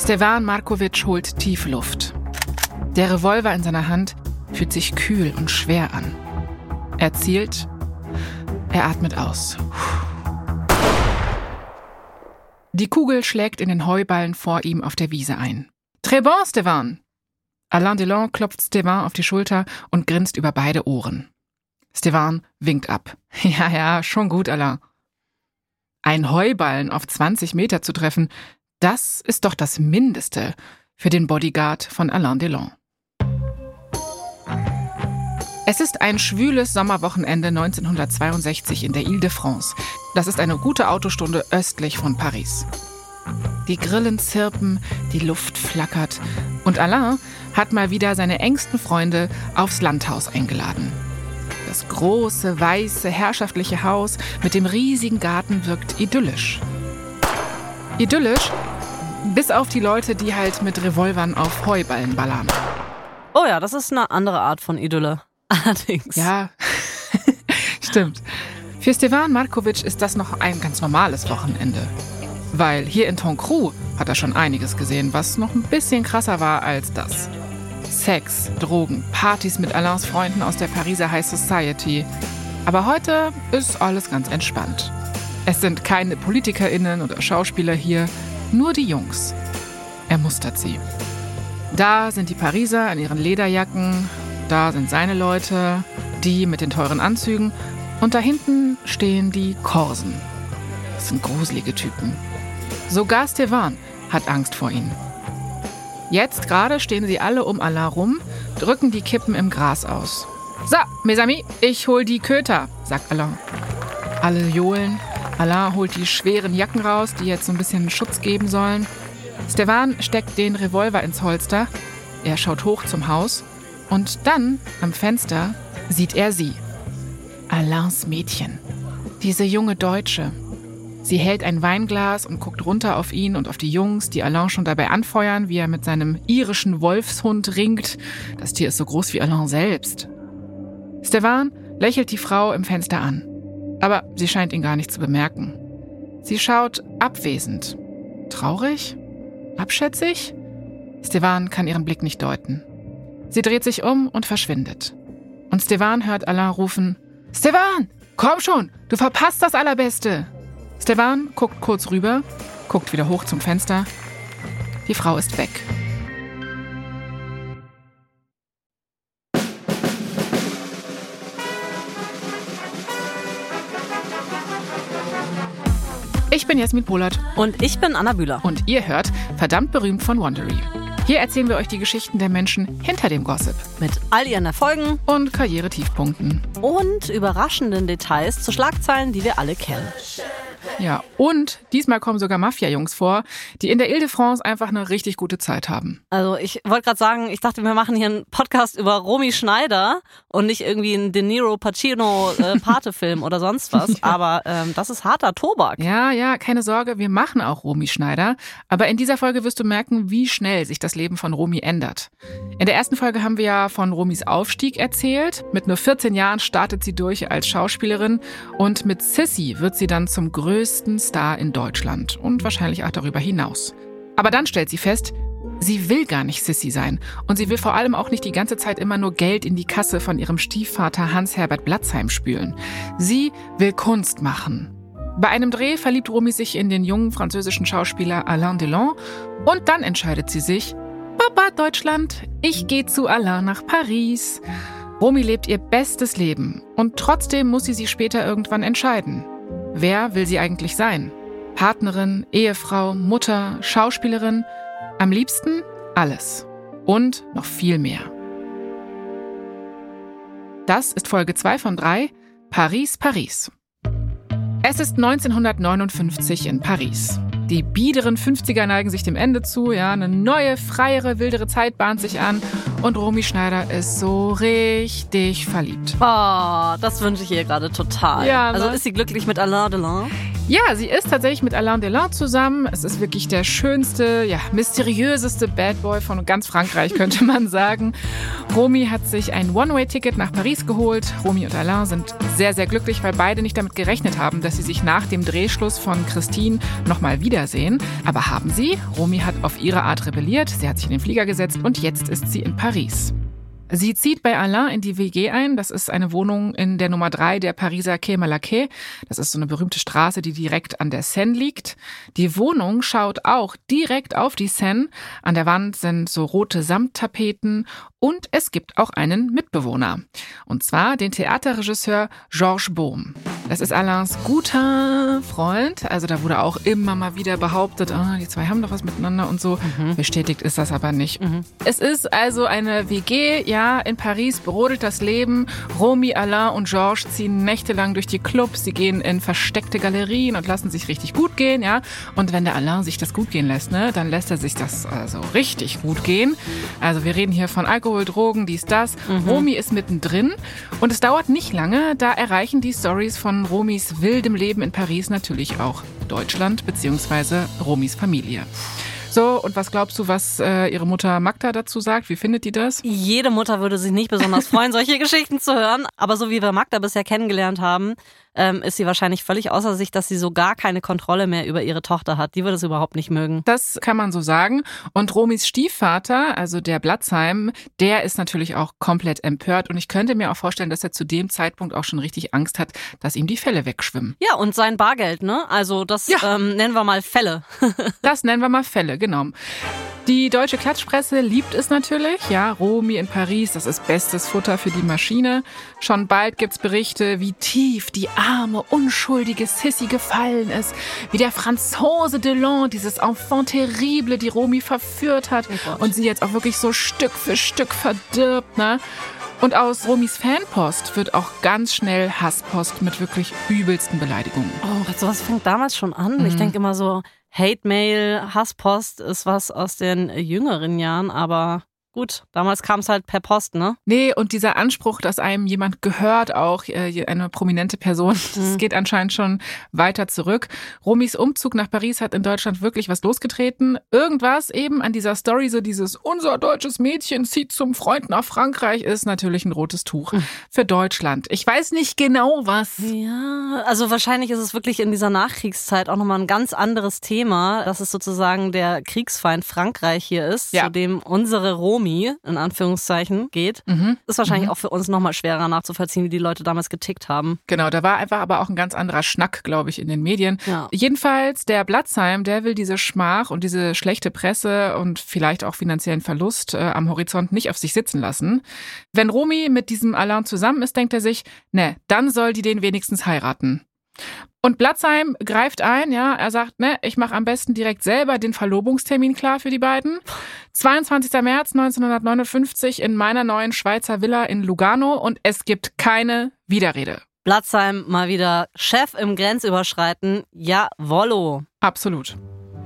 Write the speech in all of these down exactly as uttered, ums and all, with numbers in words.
Stevan Markovic holt tief Luft. Der Revolver in seiner Hand fühlt sich kühl und schwer an. Er zielt, er atmet aus. Die Kugel schlägt in den Heuballen vor ihm auf der Wiese ein. Très bon, Stevan! Alain Delon klopft Stevan auf die Schulter und grinst über beide Ohren. Stevan winkt ab. Ja, ja, schon gut, Alain. Ein Heuballen auf zwanzig Meter zu treffen, das ist doch das Mindeste für den Bodyguard von Alain Delon. Es ist ein schwüles Sommerwochenende neunzehnhundertzweiundsechzig in der Ile-de-France. Das ist eine gute Autostunde östlich von Paris. Die Grillen zirpen, die Luft flackert und Alain hat mal wieder seine engsten Freunde aufs Landhaus eingeladen. Das große, weiße, herrschaftliche Haus mit dem riesigen Garten wirkt idyllisch. Idyllisch, bis auf die Leute, die halt mit Revolvern auf Heuballen ballern. Oh ja, das ist eine andere Art von Idylle. Allerdings. Ja, stimmt. Für Stevan Markovic ist das noch ein ganz normales Wochenende. Weil hier in Tonkroux hat er schon einiges gesehen, was noch ein bisschen krasser war als das. Sex, Drogen, Partys mit Alains Freunden aus der Pariser High Society. Aber heute ist alles ganz entspannt. Es sind keine PolitikerInnen oder Schauspieler hier, nur die Jungs. Er mustert sie. Da sind die Pariser in ihren Lederjacken, da sind seine Leute, die mit den teuren Anzügen und da hinten stehen die Korsen. Das sind gruselige Typen. Sogar Stevan hat Angst vor ihnen. Jetzt gerade stehen sie alle um Alain rum, drücken die Kippen im Gras aus. So, mes amis, ich hol die Köter, sagt Alain. Alle johlen. Alain holt die schweren Jacken raus, die jetzt so ein bisschen Schutz geben sollen. Stevan steckt den Revolver ins Holster. Er schaut hoch zum Haus. Und dann, am Fenster, sieht er sie. Alains Mädchen. Diese junge Deutsche. Sie hält ein Weinglas und guckt runter auf ihn und auf die Jungs, die Alain schon dabei anfeuern, wie er mit seinem irischen Wolfshund ringt. Das Tier ist so groß wie Alain selbst. Stevan lächelt die Frau im Fenster an. Aber sie scheint ihn gar nicht zu bemerken. Sie schaut abwesend. Traurig? Abschätzig? Stevan kann ihren Blick nicht deuten. Sie dreht sich um und verschwindet. Und Stevan hört Alain rufen, Stevan, komm schon, du verpasst das Allerbeste. Stevan guckt kurz rüber, guckt wieder hoch zum Fenster. Die Frau ist weg. Ich bin Jasmin Pohlert. Und ich bin Anna Bühler. Und ihr hört Verdammt berühmt von Wondery. Hier erzählen wir euch die Geschichten der Menschen hinter dem Gossip. Mit all ihren Erfolgen und Karrieretiefpunkten. Und überraschenden Details zu Schlagzeilen, die wir alle kennen. Ja, und diesmal kommen sogar Mafia-Jungs vor, die in der Ile-de-France einfach eine richtig gute Zeit haben. Also ich wollte gerade sagen, ich dachte, wir machen hier einen Podcast über Romy Schneider und nicht irgendwie einen De Niro Pacino äh, Pate-Film oder sonst was. Ja. Aber ähm, das ist harter Tobak. Ja, ja, keine Sorge, wir machen auch Romy Schneider. Aber in dieser Folge wirst du merken, wie schnell sich das Leben von Romy ändert. In der ersten Folge haben wir ja von Romys Aufstieg erzählt. Mit nur vierzehn Jahren startet sie durch als Schauspielerin und mit Sissy wird sie dann zum größten größten Star in Deutschland und wahrscheinlich auch darüber hinaus. Aber dann stellt sie fest, sie will gar nicht Sissy sein und sie will vor allem auch nicht die ganze Zeit immer nur Geld in die Kasse von ihrem Stiefvater Hans-Herbert Blatzheim spülen. Sie will Kunst machen. Bei einem Dreh verliebt Romy sich in den jungen französischen Schauspieler Alain Delon und dann entscheidet sie sich, Papa Deutschland, ich gehe zu Alain nach Paris. Romy lebt ihr bestes Leben und trotzdem muss sie sich später irgendwann entscheiden. Wer will sie eigentlich sein? Partnerin, Ehefrau, Mutter, Schauspielerin? Am liebsten alles. Und noch viel mehr. Das ist Folge zwei von drei, Paris, Paris. Es ist neunzehnhundertneunundfünfzig in Paris. Die biederen fünfziger neigen sich dem Ende zu, ja, eine neue, freiere, wildere Zeit bahnt sich an und Romy Schneider ist so richtig verliebt. Oh, das wünsche ich ihr gerade total. Ja, ne? Also ist sie glücklich mit Alain Delon? Ja, sie ist tatsächlich mit Alain Delon zusammen. Es ist wirklich der schönste, ja, mysteriöseste Bad Boy von ganz Frankreich, könnte man sagen. Romy hat sich ein One-Way-Ticket nach Paris geholt. Romy und Alain sind sehr, sehr glücklich, weil beide nicht damit gerechnet haben, dass sie sich nach dem Drehschluss von Christine nochmal wiedersehen. Aber haben sie? Romy hat auf ihre Art rebelliert, sie hat sich in den Flieger gesetzt und jetzt ist sie in Paris. Sie zieht bei Alain in die W G ein. Das ist eine Wohnung in der Nummer drei der Pariser Quai Malaquais. Das ist so eine berühmte Straße, die direkt an der Seine liegt. Die Wohnung schaut auch direkt auf die Seine. An der Wand sind so rote Samttapeten und es gibt auch einen Mitbewohner. Und zwar den Theaterregisseur Georges Beaume. Das ist Alains guter Freund. Also da wurde auch immer mal wieder behauptet, oh, die zwei haben doch was miteinander und so. Mhm. Bestätigt ist das aber nicht. Mhm. Es ist also eine W G, ja, in Paris brodelt das Leben. Romy, Alain und Georges ziehen nächtelang durch die Clubs. Sie gehen in versteckte Galerien und lassen sich richtig gut gehen, ja. Und wenn der Alain sich das gut gehen lässt, ne, dann lässt er sich das also richtig gut gehen. Also wir reden hier von Alkohol, Drogen, dies, das. Mhm. Romy ist mittendrin und es dauert nicht lange, da erreichen die Stories von Romys wildem Leben in Paris natürlich auch Deutschland bzw. Romys Familie. So, und was glaubst du, was äh, ihre Mutter Magda dazu sagt? Wie findet die das? Jede Mutter würde sich nicht besonders freuen, solche Geschichten zu hören. Aber so wie wir Magda bisher kennengelernt haben, ähm, ist sie wahrscheinlich völlig außer sich, dass sie so gar keine Kontrolle mehr über ihre Tochter hat. Die würde es überhaupt nicht mögen. Das kann man so sagen. Und Romys Stiefvater, also der Blatzheim, der ist natürlich auch komplett empört. Und ich könnte mir auch vorstellen, dass er zu dem Zeitpunkt auch schon richtig Angst hat, dass ihm die Fälle wegschwimmen. Ja, und sein Bargeld, ne? Also das ja. ähm, nennen wir mal Fälle. Das nennen wir mal Fälle, genau. Die deutsche Klatschpresse liebt es natürlich. Ja, Romy in Paris, das ist bestes Futter für die Maschine. Schon bald gibt's Berichte, wie tief die arme, unschuldige Sissy gefallen ist. Wie der Franzose Delon, dieses Enfant terrible, die Romy verführt hat. Oh und sie jetzt auch wirklich so Stück für Stück verdirbt, ne? Und aus Romys Fanpost wird auch ganz schnell Hasspost mit wirklich übelsten Beleidigungen. Oh, sowas fängt damals schon an. Mhm. Ich denke immer so, Hate-Mail, Hasspost ist was aus den jüngeren Jahren, aber gut, damals kam es halt per Post, ne? Nee, und dieser Anspruch, dass einem jemand gehört, auch äh, eine prominente Person, das mhm. geht anscheinend schon weiter zurück. Romys Umzug nach Paris hat in Deutschland wirklich was losgetreten. Irgendwas eben an dieser Story, so dieses unser deutsches Mädchen zieht zum Freund nach Frankreich, ist natürlich ein rotes Tuch mhm. für Deutschland. Ich weiß nicht genau was. Ja, also wahrscheinlich ist es wirklich in dieser Nachkriegszeit auch nochmal ein ganz anderes Thema, dass es sozusagen der Kriegsfeind Frankreich hier ist, ja. zu dem unsere Romy in Anführungszeichen geht, mhm. ist wahrscheinlich mhm. auch für uns nochmal schwerer nachzuvollziehen, wie die Leute damals getickt haben. Genau, da war einfach aber auch ein ganz anderer Schnack, glaube ich, in den Medien. Ja. Jedenfalls, der Blatzheim, der will diese Schmach und diese schlechte Presse und vielleicht auch finanziellen Verlust äh, am Horizont nicht auf sich sitzen lassen. Wenn Romy mit diesem Alain zusammen ist, denkt er sich, ne, dann soll die den wenigstens heiraten. Und Blatzheim greift ein, ja, er sagt, ne, ich mache am besten direkt selber den Verlobungstermin klar für die beiden. zweiundzwanzigster März neunzehnhundertneunundfünfzig in meiner neuen Schweizer Villa in Lugano und es gibt keine Widerrede. Blatzheim mal wieder Chef im Grenzüberschreiten, jawollo. Absolut.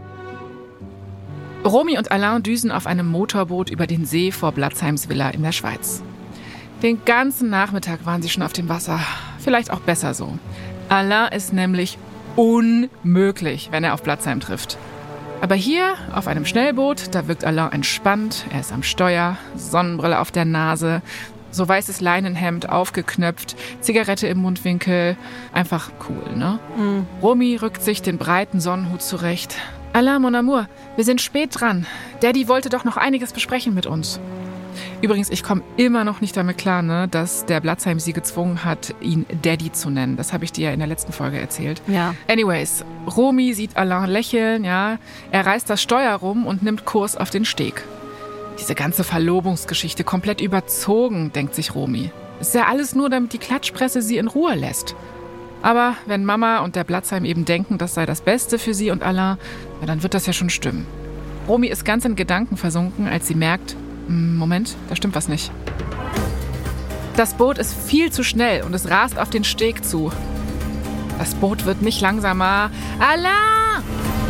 Romy und Alain düsen auf einem Motorboot über den See vor Blatzheims Villa in der Schweiz. Den ganzen Nachmittag waren sie schon auf dem Wasser. Vielleicht auch besser so. Alain ist nämlich unmöglich, wenn er auf Blatzheim trifft. Aber hier, auf einem Schnellboot, da wirkt Alain entspannt. Er ist am Steuer, Sonnenbrille auf der Nase, so weißes Leinenhemd, aufgeknöpft, Zigarette im Mundwinkel. Einfach cool, ne? Mhm. Romy rückt sich den breiten Sonnenhut zurecht. Alain, mon amour, wir sind spät dran. Daddy wollte doch noch einiges besprechen mit uns. Übrigens, ich komme immer noch nicht damit klar, ne, dass der Blatzheim sie gezwungen hat, ihn Daddy zu nennen. Das habe ich dir ja in der letzten Folge erzählt. Ja. Anyways, Romy sieht Alain lächeln, ja. Er reißt das Steuer rum und nimmt Kurs auf den Steg. Diese ganze Verlobungsgeschichte komplett überzogen, denkt sich Romy. Ist ja alles nur, damit die Klatschpresse sie in Ruhe lässt. Aber wenn Mama und der Blatzheim eben denken, das sei das Beste für sie und Alain, ja, dann wird das ja schon stimmen. Romy ist ganz in Gedanken versunken, als sie merkt, Moment, da stimmt was nicht. Das Boot ist viel zu schnell und es rast auf den Steg zu. Das Boot wird nicht langsamer. Alain!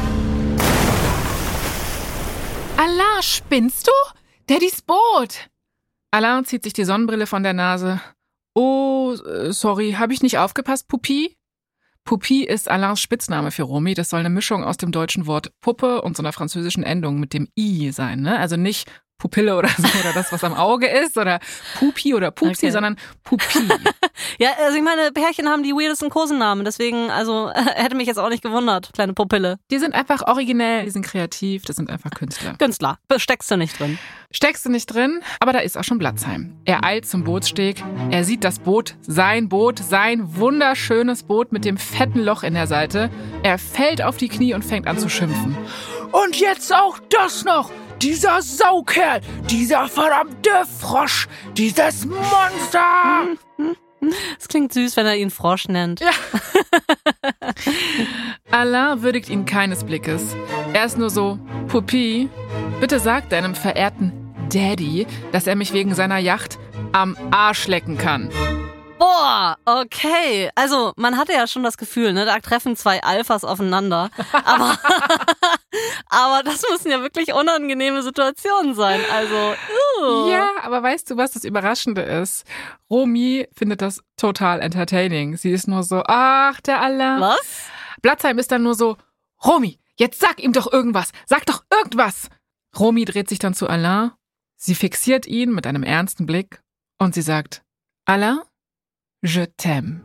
Alain, spinnst du? Daddys Boot! Alain zieht sich die Sonnenbrille von der Nase. Oh, sorry, habe ich nicht aufgepasst, Pupi? Poupie ist Alains Spitzname für Romy. Das soll eine Mischung aus dem deutschen Wort Puppe und so einer französischen Endung mit dem I sein. Ne? Also nicht Pupille oder so oder das, was am Auge ist oder Pupi oder Pupsi, okay. sondern Poupie. Ja, also ich meine, Pärchen haben die weirdesten Kosennamen, deswegen, also hätte mich jetzt auch nicht gewundert, kleine Pupille. Die sind einfach originell, die sind kreativ, das sind einfach Künstler. Künstler, steckst du nicht drin. Steckst du nicht drin, aber da ist auch schon Blatzheim. Er eilt zum Bootssteg, er sieht das Boot, sein Boot, sein wunderschönes Boot mit dem fetten Loch in der Seite. Er fällt auf die Knie und fängt an zu schimpfen. Und jetzt auch das noch! Dieser Saukerl, dieser verdammte Frosch, dieses Monster! Es klingt süß, wenn er ihn Frosch nennt. Ja. Alain würdigt ihn keines Blickes. Er ist nur so, Poupie, bitte sag deinem verehrten Daddy, dass er mich wegen seiner Yacht am Arsch lecken kann. Boah, okay. Also, man hatte ja schon das Gefühl, ne, da treffen zwei Alphas aufeinander. Aber, aber das müssen ja wirklich unangenehme Situationen sein. Also, uh. Ja, aber weißt du, was das Überraschende ist? Romy findet das total entertaining. Sie ist nur so, ach, der Alain. Was? Blatzheim ist dann nur so, Romy, jetzt sag ihm doch irgendwas. Sag doch irgendwas. Romy dreht sich dann zu Alain. Sie fixiert ihn mit einem ernsten Blick und sie sagt, Alain? Je t'aime.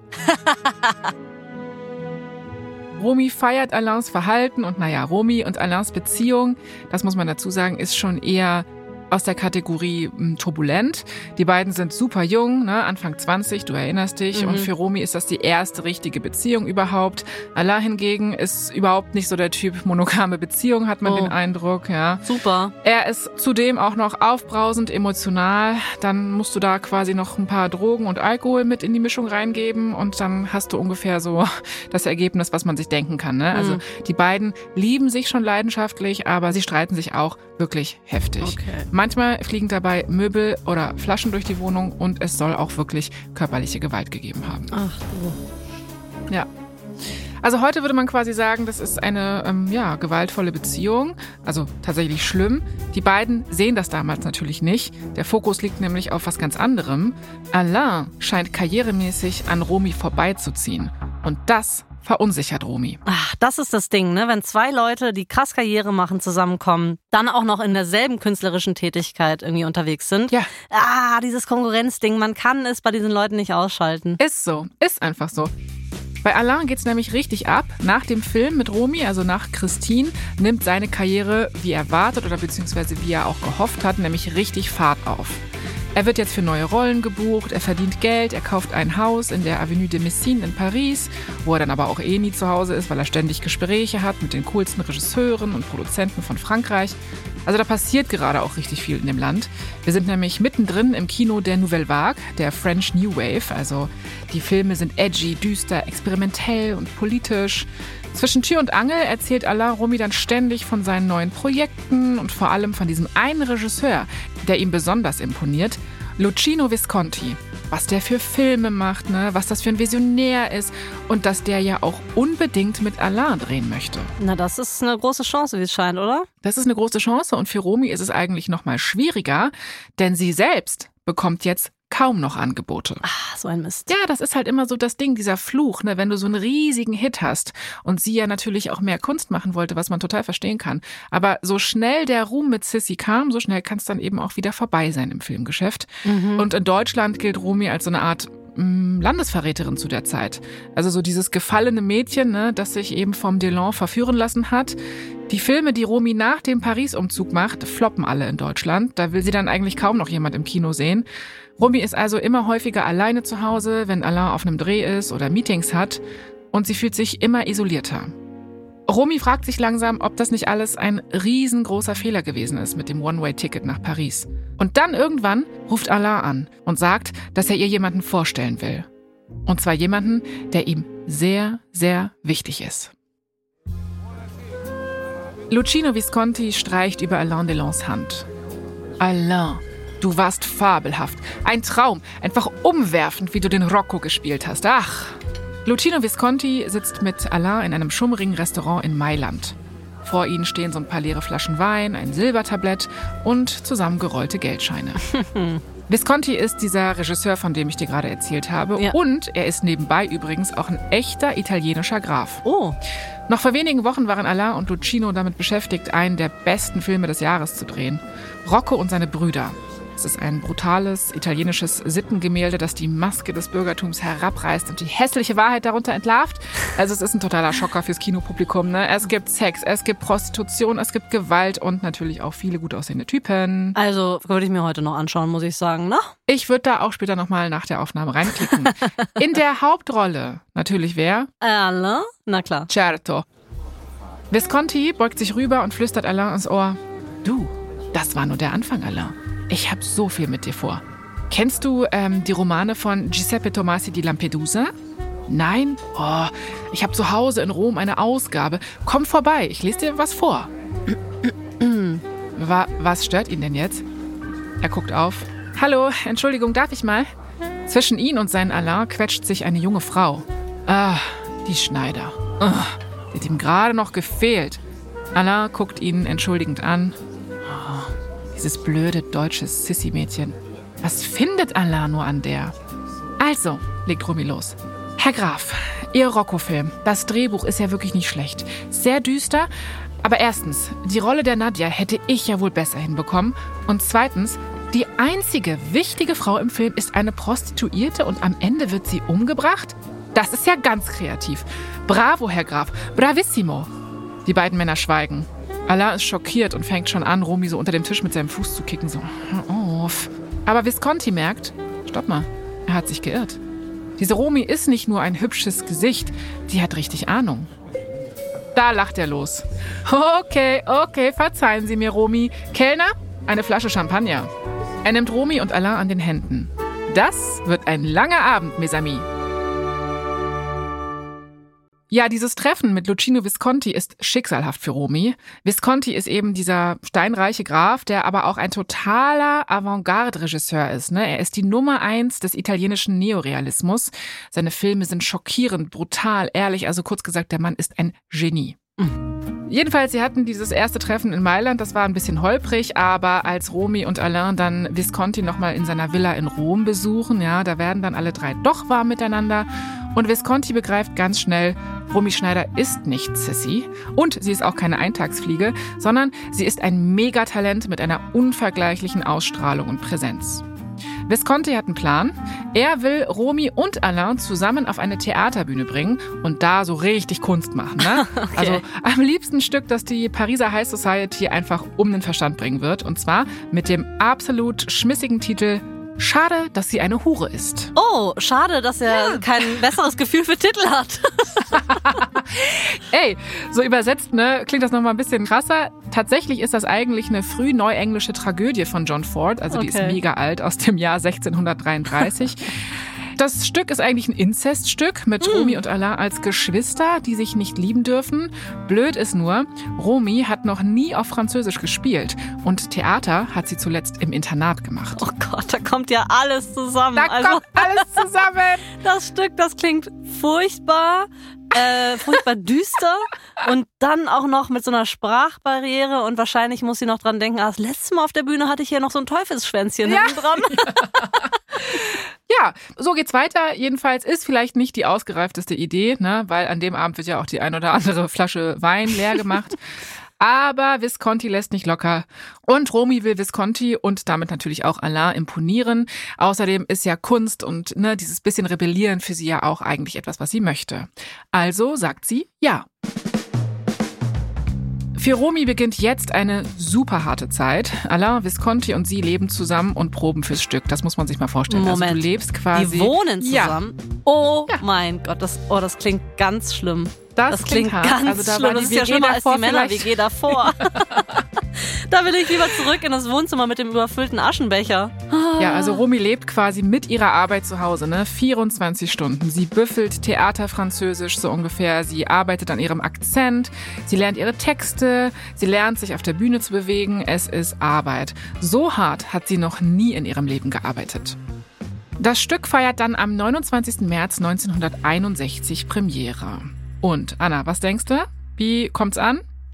Romy feiert Alains Verhalten und naja, Romy und Alains Beziehung, das muss man dazu sagen, ist schon eher aus der Kategorie m, turbulent. Die beiden sind super jung, ne? Anfang zwanzig, du erinnerst dich. Mhm. Und für Romy ist das die erste richtige Beziehung überhaupt. Alain hingegen ist überhaupt nicht so der Typ monogame Beziehung, hat man oh. den Eindruck. Ja. Super. Er ist zudem auch noch aufbrausend, emotional. Dann musst du da quasi noch ein paar Drogen und Alkohol mit in die Mischung reingeben und dann hast du ungefähr so das Ergebnis, was man sich denken kann. Ne? Mhm. Also die beiden lieben sich schon leidenschaftlich, aber sie streiten sich auch wirklich heftig. Okay. Manchmal fliegen dabei Möbel oder Flaschen durch die Wohnung und es soll auch wirklich körperliche Gewalt gegeben haben. Ach du. Ja. Also heute würde man quasi sagen, das ist eine ähm, ja, gewaltvolle Beziehung, also tatsächlich schlimm. Die beiden sehen das damals natürlich nicht. Der Fokus liegt nämlich auf was ganz anderem. Alain scheint karrieremäßig an Romy vorbeizuziehen. Und das verunsichert Romy. Ach, das ist das Ding, ne? Wenn zwei Leute, die krass Karriere machen, zusammenkommen, dann auch noch in derselben künstlerischen Tätigkeit irgendwie unterwegs sind. Ja. Ah, dieses Konkurrenzding, man kann es bei diesen Leuten nicht ausschalten. Ist so, ist einfach so. Bei Alain geht's nämlich richtig ab. Nach dem Film mit Romy, also nach Christine, nimmt seine Karriere wie erwartet oder beziehungsweise wie er auch gehofft hat, nämlich richtig Fahrt auf. Er wird jetzt für neue Rollen gebucht, er verdient Geld, er kauft ein Haus in der Avenue de Messine in Paris, wo er dann aber auch eh nie zu Hause ist, weil er ständig Gespräche hat mit den coolsten Regisseuren und Produzenten von Frankreich. Also da passiert gerade auch richtig viel in dem Land. Wir sind nämlich mittendrin im Kino der Nouvelle Vague, der French New Wave. Also die Filme sind edgy, düster, experimentell und politisch. Zwischen Tür und Angel erzählt Alain Romy dann ständig von seinen neuen Projekten und vor allem von diesem einen Regisseur, der ihm besonders imponiert, Luchino Visconti. Was der für Filme macht, ne? Was das für ein Visionär ist und dass der ja auch unbedingt mit Alain drehen möchte. Na, das ist eine große Chance, wie es scheint, oder? Das ist eine große Chance und für Romy ist es eigentlich noch mal schwieriger, denn sie selbst bekommt jetzt kaum noch Angebote. Ah, so ein Mist. Ja, das ist halt immer so das Ding, dieser Fluch, ne? Wenn du so einen riesigen Hit hast und sie ja natürlich auch mehr Kunst machen wollte, was man total verstehen kann. Aber so schnell der Ruhm mit Sissy kam, so schnell kann es dann eben auch wieder vorbei sein im Filmgeschäft. Mhm. Und in Deutschland gilt Romy als so eine Art mh, Landesverräterin zu der Zeit. Also so dieses gefallene Mädchen, ne, das sich eben vom Delon verführen lassen hat. Die Filme, die Romy nach dem Paris-Umzug macht, floppen alle in Deutschland. Da will sie dann eigentlich kaum noch jemand im Kino sehen. Romy ist also immer häufiger alleine zu Hause, wenn Alain auf einem Dreh ist oder Meetings hat. Und sie fühlt sich immer isolierter. Romy fragt sich langsam, ob das nicht alles ein riesengroßer Fehler gewesen ist mit dem One-Way-Ticket nach Paris. Und dann irgendwann ruft Alain an und sagt, dass er ihr jemanden vorstellen will. Und zwar jemanden, der ihm sehr, sehr wichtig ist. Luchino Visconti streicht über Alain Delons Hand. Alain, du warst fabelhaft. Ein Traum. Einfach umwerfend, wie du den Rocco gespielt hast. Ach. Luchino Visconti sitzt mit Alain in einem schummrigen Restaurant in Mailand. Vor ihnen stehen so ein paar leere Flaschen Wein, ein Silbertablett und zusammengerollte Geldscheine. Visconti ist dieser Regisseur, von dem ich dir gerade erzählt habe. Ja. Und er ist nebenbei übrigens auch ein echter italienischer Graf. Oh. Noch vor wenigen Wochen waren Alain und Luchino damit beschäftigt, einen der besten Filme des Jahres zu drehen. Rocco und seine Brüder. Es ist ein brutales italienisches Sittengemälde, das die Maske des Bürgertums herabreißt und die hässliche Wahrheit darunter entlarvt. Also es ist ein totaler Schocker fürs Kinopublikum. Ne? Es gibt Sex, es gibt Prostitution, es gibt Gewalt und natürlich auch viele gut aussehende Typen. Also würde ich mir heute noch anschauen, muss ich sagen, ne? Ich würde da auch später nochmal nach der Aufnahme reinklicken. In der Hauptrolle natürlich wer? Alain? Na klar. Certo. Visconti beugt sich rüber und flüstert Alain ins Ohr. Du, das war nur der Anfang, Alain. Ich habe so viel mit dir vor. Kennst du ähm, die Romane von Giuseppe Tomasi di Lampedusa? Nein? Oh, ich habe zu Hause in Rom eine Ausgabe. Komm vorbei, ich lese dir was vor. Wa- was stört ihn denn jetzt? Er guckt auf. Hallo, Entschuldigung, darf ich mal? Zwischen ihn und seinen Alain quetscht sich eine junge Frau. Ah, die Schneider. Ah, die hat ihm gerade noch gefehlt. Alain guckt ihn entschuldigend an. Dieses blöde deutsche Sissi-Mädchen. Was findet Alain nur an der? Also, legt Romy los. Herr Graf, Ihr Rocco-Film. Das Drehbuch ist ja wirklich nicht schlecht. Sehr düster, aber erstens, die Rolle der Nadja hätte ich ja wohl besser hinbekommen. Und zweitens, die einzige wichtige Frau im Film ist eine Prostituierte und am Ende wird sie umgebracht? Das ist ja ganz kreativ. Bravo, Herr Graf. Bravissimo. Die beiden Männer schweigen. Alain ist schockiert und fängt schon an, Romy so unter dem Tisch mit seinem Fuß zu kicken. So, hör auf. Aber Visconti merkt, stopp mal, er hat sich geirrt. Diese Romy ist nicht nur ein hübsches Gesicht, die hat richtig Ahnung. Da lacht er los. Okay, okay, verzeihen Sie mir, Romy. Kellner, eine Flasche Champagner. Er nimmt Romy und Alain an den Händen. Das wird ein langer Abend, mes amis. Ja, dieses Treffen mit Luchino Visconti ist schicksalhaft für Romy. Visconti ist eben dieser steinreiche Graf, der aber auch ein totaler Avantgarde-Regisseur ist. Ne? Er ist die Nummer eins des italienischen Neorealismus. Seine Filme sind schockierend, brutal, ehrlich. Also kurz gesagt, der Mann ist ein Genie. Mhm. Jedenfalls, sie hatten dieses erste Treffen in Mailand, das war ein bisschen holprig, aber als Romy und Alain dann Visconti nochmal in seiner Villa in Rom besuchen, ja, da werden dann alle drei doch warm miteinander und Visconti begreift ganz schnell, Romy Schneider ist nicht Sissy und sie ist auch keine Eintagsfliege, sondern sie ist ein Megatalent mit einer unvergleichlichen Ausstrahlung und Präsenz. Visconti hat einen Plan. Er will Romy und Alain zusammen auf eine Theaterbühne bringen und da so richtig Kunst machen. Ne? Okay. Also am liebsten Stück, das die Pariser High Society einfach um den Verstand bringen wird. Und zwar mit dem absolut schmissigen Titel Schade, dass sie eine Hure ist. Oh, schade, dass er ja. kein besseres Gefühl für Titel hat. Ey, so übersetzt, ne, klingt das nochmal ein bisschen krasser. Tatsächlich ist das eigentlich eine frühneuenglische Tragödie von John Ford, also die okay. ist mega alt, aus dem Jahr sechzehnhundertdreiunddreißig. Das Stück ist eigentlich ein Inzeststück mit mm. Romy und Alain als Geschwister, die sich nicht lieben dürfen. Blöd ist nur, Romy hat noch nie auf Französisch gespielt und Theater hat sie zuletzt im Internat gemacht. Oh Gott, da kommt ja alles zusammen. Da also, kommt alles zusammen. Das Stück, das klingt furchtbar. Äh, furchtbar düster und dann auch noch mit so einer Sprachbarriere und wahrscheinlich muss sie noch dran denken, ah, das letzte Mal auf der Bühne hatte ich hier noch so ein Teufelsschwänzchen ja. hinten dran. Ja, so geht's weiter. Jedenfalls ist vielleicht nicht die ausgereifteste Idee, ne, weil an dem Abend wird ja auch die ein oder andere Flasche Wein leer gemacht. Aber Visconti lässt nicht locker. Und Romy will Visconti und damit natürlich auch Alain imponieren. Außerdem ist ja Kunst und ne, dieses bisschen Rebellieren für sie ja auch eigentlich etwas, was sie möchte. Also sagt sie ja. Für Romy beginnt jetzt eine super harte Zeit. Alain, Visconti und sie leben zusammen und proben fürs Stück. Das muss man sich mal vorstellen. Moment, also du lebst quasi. Die wohnen zusammen? Ja. Oh ja. mein Gott, das, oh, das klingt ganz schlimm. Das, das klingt, klingt ganz also da schlimm. Das ist ja schlimmer als die Männer-W G davor. Da will ich lieber zurück in das Wohnzimmer mit dem überfüllten Aschenbecher. Ja, also Romy lebt quasi mit ihrer Arbeit zu Hause, ne? vierundzwanzig Stunden. Sie büffelt Theaterfranzösisch so ungefähr. Sie arbeitet an ihrem Akzent. Sie lernt ihre Texte. Sie lernt, sich auf der Bühne zu bewegen. Es ist Arbeit. So hart hat sie noch nie in ihrem Leben gearbeitet. Das Stück feiert dann am neunundzwanzigsten März neunzehnhunderteinundsechzig Premiere. Und Anna, was denkst du? Wie kommt's an?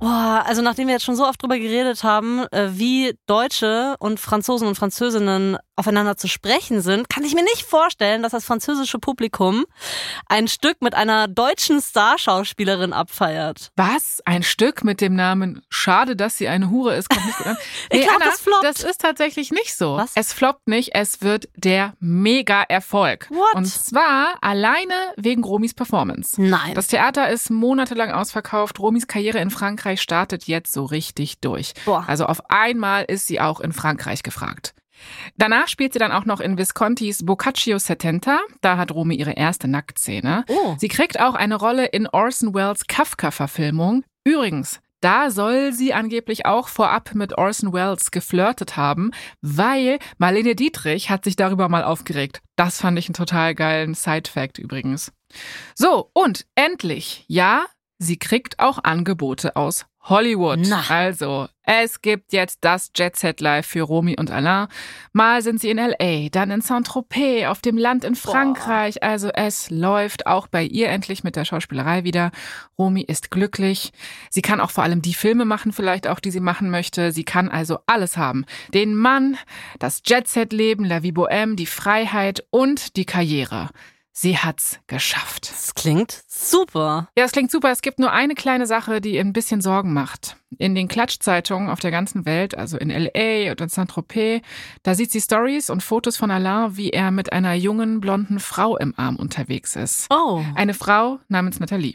Boah, also nachdem wir jetzt schon so oft drüber geredet haben, wie Deutsche und Franzosen und Französinnen aufeinander zu sprechen sind, kann ich mir nicht vorstellen, dass das französische Publikum ein Stück mit einer deutschen Starschauspielerin abfeiert. Was? Ein Stück mit dem Namen Schade, dass sie eine Hure ist, kommt nicht gut an. Nee, ich glaube, Anna, das floppt. Das ist tatsächlich nicht so. Was? Es floppt nicht, es wird der Mega-Erfolg. What? Und zwar alleine wegen Romis Performance. Nein. Das Theater ist monatelang ausverkauft. Romis Karriere in Frankreich startet jetzt so richtig durch. Boah. Also auf einmal ist sie auch in Frankreich gefragt. Danach spielt sie dann auch noch in Viscontis Boccaccio settanta. Da hat Romy ihre erste Nacktszene. Oh. Sie kriegt auch eine Rolle in Orson Welles' Kafka-Verfilmung. Übrigens, da soll sie angeblich auch vorab mit Orson Welles geflirtet haben, weil Marlene Dietrich hat sich darüber mal aufgeregt. Das fand ich einen total geilen Side-Fact übrigens. So, und endlich, ja, sie kriegt auch Angebote aus Hollywood. Na. Also, es gibt jetzt das Jet Set Live für Romy und Alain. Mal sind sie in L A, dann in Saint-Tropez, auf dem Land in Frankreich. Boah. Also es läuft auch bei ihr endlich mit der Schauspielerei wieder. Romy ist glücklich. Sie kann auch vor allem die Filme machen, vielleicht auch, die sie machen möchte. Sie kann also alles haben. Den Mann, das Jet Set Leben, La Vie Bohème, die Freiheit und die Karriere. Sie hat's geschafft. Das klingt super. Ja, das klingt super. Es gibt nur eine kleine Sache, die ihr ein bisschen Sorgen macht. In den Klatschzeitungen auf der ganzen Welt, also in L A und in Saint-Tropez, da sieht sie Stories und Fotos von Alain, wie er mit einer jungen, blonden Frau im Arm unterwegs ist. Oh. Eine Frau namens Nathalie.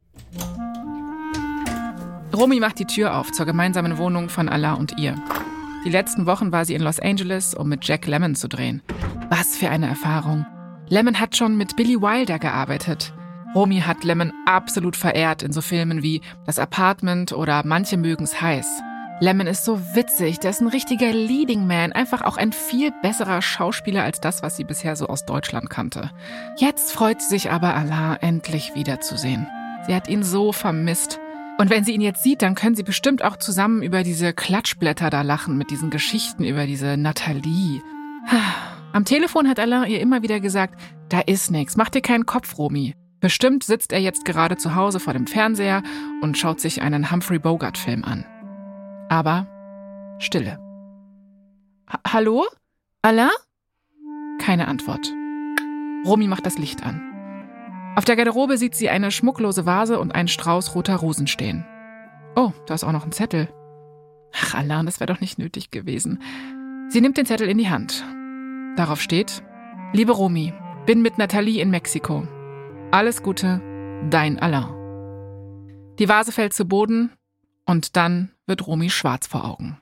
Romy macht die Tür auf zur gemeinsamen Wohnung von Alain und ihr. Die letzten Wochen war sie in Los Angeles, um mit Jack Lemmon zu drehen. Was für eine Erfahrung. Lemmon hat schon mit Billy Wilder gearbeitet. Romy hat Lemmon absolut verehrt in so Filmen wie Das Apartment oder Manche mögen's heiß. Lemmon ist so witzig, der ist ein richtiger Leading Man, einfach auch ein viel besserer Schauspieler als das, was sie bisher so aus Deutschland kannte. Jetzt freut sie sich aber, Alain endlich wiederzusehen. Sie hat ihn so vermisst. Und wenn sie ihn jetzt sieht, dann können sie bestimmt auch zusammen über diese Klatschblätter da lachen, mit diesen Geschichten über diese Nathalie. Am Telefon hat Alain ihr immer wieder gesagt, da ist nix, mach dir keinen Kopf, Romy. Bestimmt sitzt er jetzt gerade zu Hause vor dem Fernseher und schaut sich einen Humphrey Bogart-Film an. Aber Stille. H- Hallo? Alain? Keine Antwort. Romy macht das Licht an. Auf der Garderobe sieht sie eine schmucklose Vase und einen Strauß roter Rosen stehen. Oh, da ist auch noch ein Zettel. Ach, Alain, das wäre doch nicht nötig gewesen. Sie nimmt den Zettel in die Hand. Darauf steht: Liebe Romy, bin mit Nathalie in Mexiko. Alles Gute, dein Alain. Die Vase fällt zu Boden und dann wird Romy schwarz vor Augen.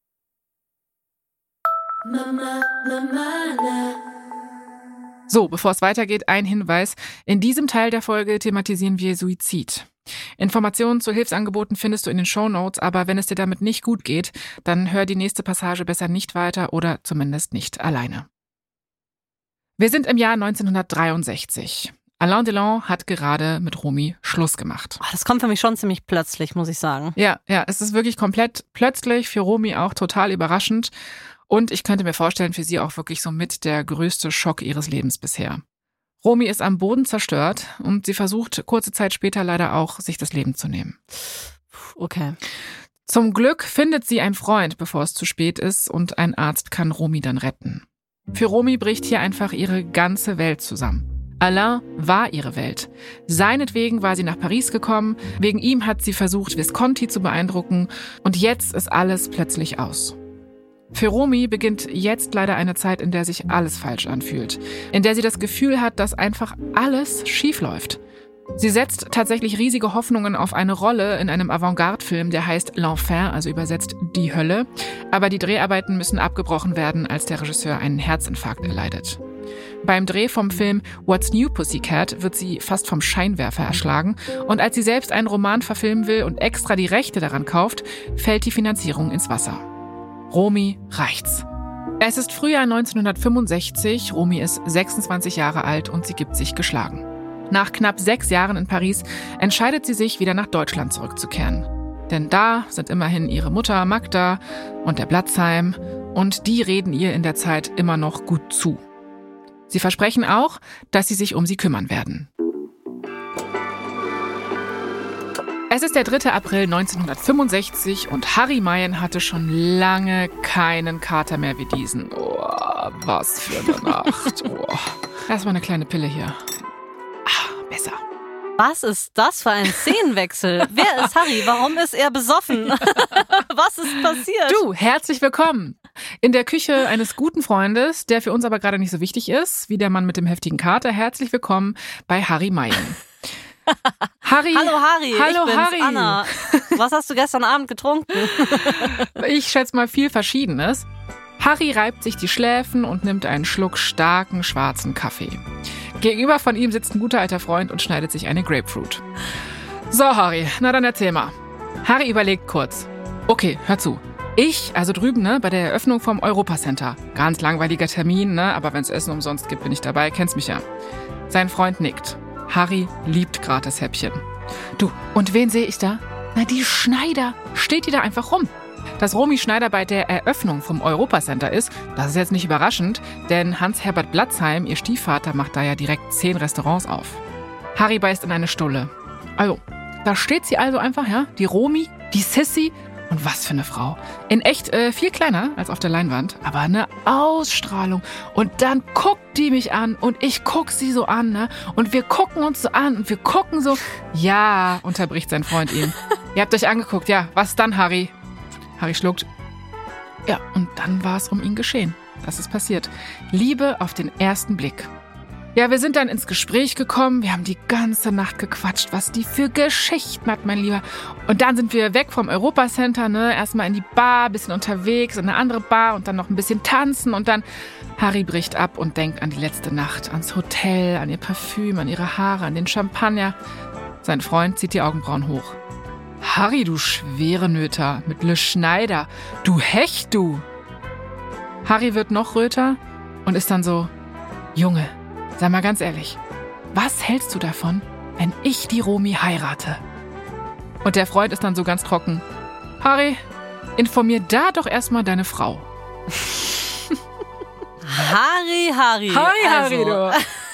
Mama, Mama, so, bevor es weitergeht, ein Hinweis. In diesem Teil der Folge thematisieren wir Suizid. Informationen zu Hilfsangeboten findest du in den Shownotes, aber wenn es dir damit nicht gut geht, dann hör die nächste Passage besser nicht weiter oder zumindest nicht alleine. Wir sind im Jahr neunzehnhundertdreiundsechzig. Alain Delon hat gerade mit Romy Schluss gemacht. Das kommt für mich schon ziemlich plötzlich, muss ich sagen. Ja, ja, es ist wirklich komplett plötzlich, für Romy auch total überraschend. Und ich könnte mir vorstellen, für sie auch wirklich so mit der größte Schock ihres Lebens bisher. Romy ist am Boden zerstört und sie versucht kurze Zeit später leider auch, sich das Leben zu nehmen. Okay. Zum Glück findet sie einen Freund, bevor es zu spät ist, und ein Arzt kann Romy dann retten. Für Romy bricht hier einfach ihre ganze Welt zusammen. Alain war ihre Welt. Seinetwegen war sie nach Paris gekommen, wegen ihm hat sie versucht, Visconti zu beeindrucken und jetzt ist alles plötzlich aus. Für Romy beginnt jetzt leider eine Zeit, in der sich alles falsch anfühlt, in der sie das Gefühl hat, dass einfach alles schief läuft. Sie setzt tatsächlich riesige Hoffnungen auf eine Rolle in einem Avantgarde-Film, der heißt L'Enfer, also übersetzt die Hölle. Aber die Dreharbeiten müssen abgebrochen werden, als der Regisseur einen Herzinfarkt erleidet. Beim Dreh vom Film What's New Pussycat wird sie fast vom Scheinwerfer erschlagen. Und als sie selbst einen Roman verfilmen will und extra die Rechte daran kauft, fällt die Finanzierung ins Wasser. Romy reicht's. Es ist Frühjahr neunzehnhundertfünfundsechzig, Romy ist sechsundzwanzig Jahre alt und sie gibt sich geschlagen. Nach knapp sechs Jahren in Paris entscheidet sie sich, wieder nach Deutschland zurückzukehren. Denn da sind immerhin ihre Mutter Magda und der Blatzheim und die reden ihr in der Zeit immer noch gut zu. Sie versprechen auch, dass sie sich um sie kümmern werden. Es ist der dritte April neunzehnhundertfünfundsechzig und Harry Meyen hatte schon lange keinen Kater mehr wie diesen. Oh, was für eine Nacht. Oh. Erstmal eine kleine Pille hier. Ah, besser. Was ist das für ein Szenenwechsel? Wer ist Harry? Warum ist er besoffen? Was ist passiert? Du, herzlich willkommen. In der Küche eines guten Freundes, der für uns aber gerade nicht so wichtig ist, wie der Mann mit dem heftigen Kater. Herzlich willkommen bei Harry Meyen. Harry. Hallo Harry, Hallo ich bin's, Harry. Anna. Was hast du gestern Abend getrunken? Ich schätze mal viel Verschiedenes. Harry reibt sich die Schläfen und nimmt einen Schluck starken schwarzen Kaffee. Gegenüber von ihm sitzt ein guter alter Freund und schneidet sich eine Grapefruit. So Harry, na dann erzähl mal. Harry überlegt kurz. Okay, hör zu. Ich, also drüben, ne, bei der Eröffnung vom Europacenter. Ganz langweiliger Termin, ne, aber wenn's Essen umsonst gibt, bin ich dabei, kennst mich ja. Sein Freund nickt. Harry liebt gerade das Häppchen. Du, und wen sehe ich da? Na, die Schneider. Steht die da einfach rum. Dass Romy Schneider bei der Eröffnung vom Europacenter ist, das ist jetzt nicht überraschend, denn Hans-Herbert Blatzheim, ihr Stiefvater, macht da ja direkt zehn Restaurants auf. Harry beißt in eine Stulle. Also, da steht sie also einfach, ja, die Romy, die Sissy. Und was für eine Frau. In echt äh, viel kleiner als auf der Leinwand, aber eine Ausstrahlung. Und dann guckt die mich an und ich guck sie so an, ne? Und wir gucken uns so an und wir gucken so. Ja, unterbricht sein Freund ihn. Ihr habt euch angeguckt, ja. Was dann, Harry? Harry schluckt. Ja, und dann war es um ihn geschehen. Das ist passiert. Liebe auf den ersten Blick. Ja, wir sind dann ins Gespräch gekommen. Wir haben die ganze Nacht gequatscht, was die für Geschichten hat, mein Lieber. Und dann sind wir weg vom Europacenter, ne? Erstmal in die Bar, bisschen unterwegs, in eine andere Bar und dann noch ein bisschen tanzen. Und dann Harry bricht ab und denkt an die letzte Nacht, ans Hotel, an ihr Parfüm, an ihre Haare, an den Champagner. Sein Freund zieht die Augenbrauen hoch. Harry, du Schwerenöter, mit Le Schneider. Du Hecht, du. Harry wird noch röter und ist dann so, Junge, sag mal ganz ehrlich, was hältst du davon, wenn ich die Romy heirate? Und der Freund ist dann so ganz trocken. Harry, informier da doch erstmal deine Frau. Harry, Harry. Harry, also. Harry, du.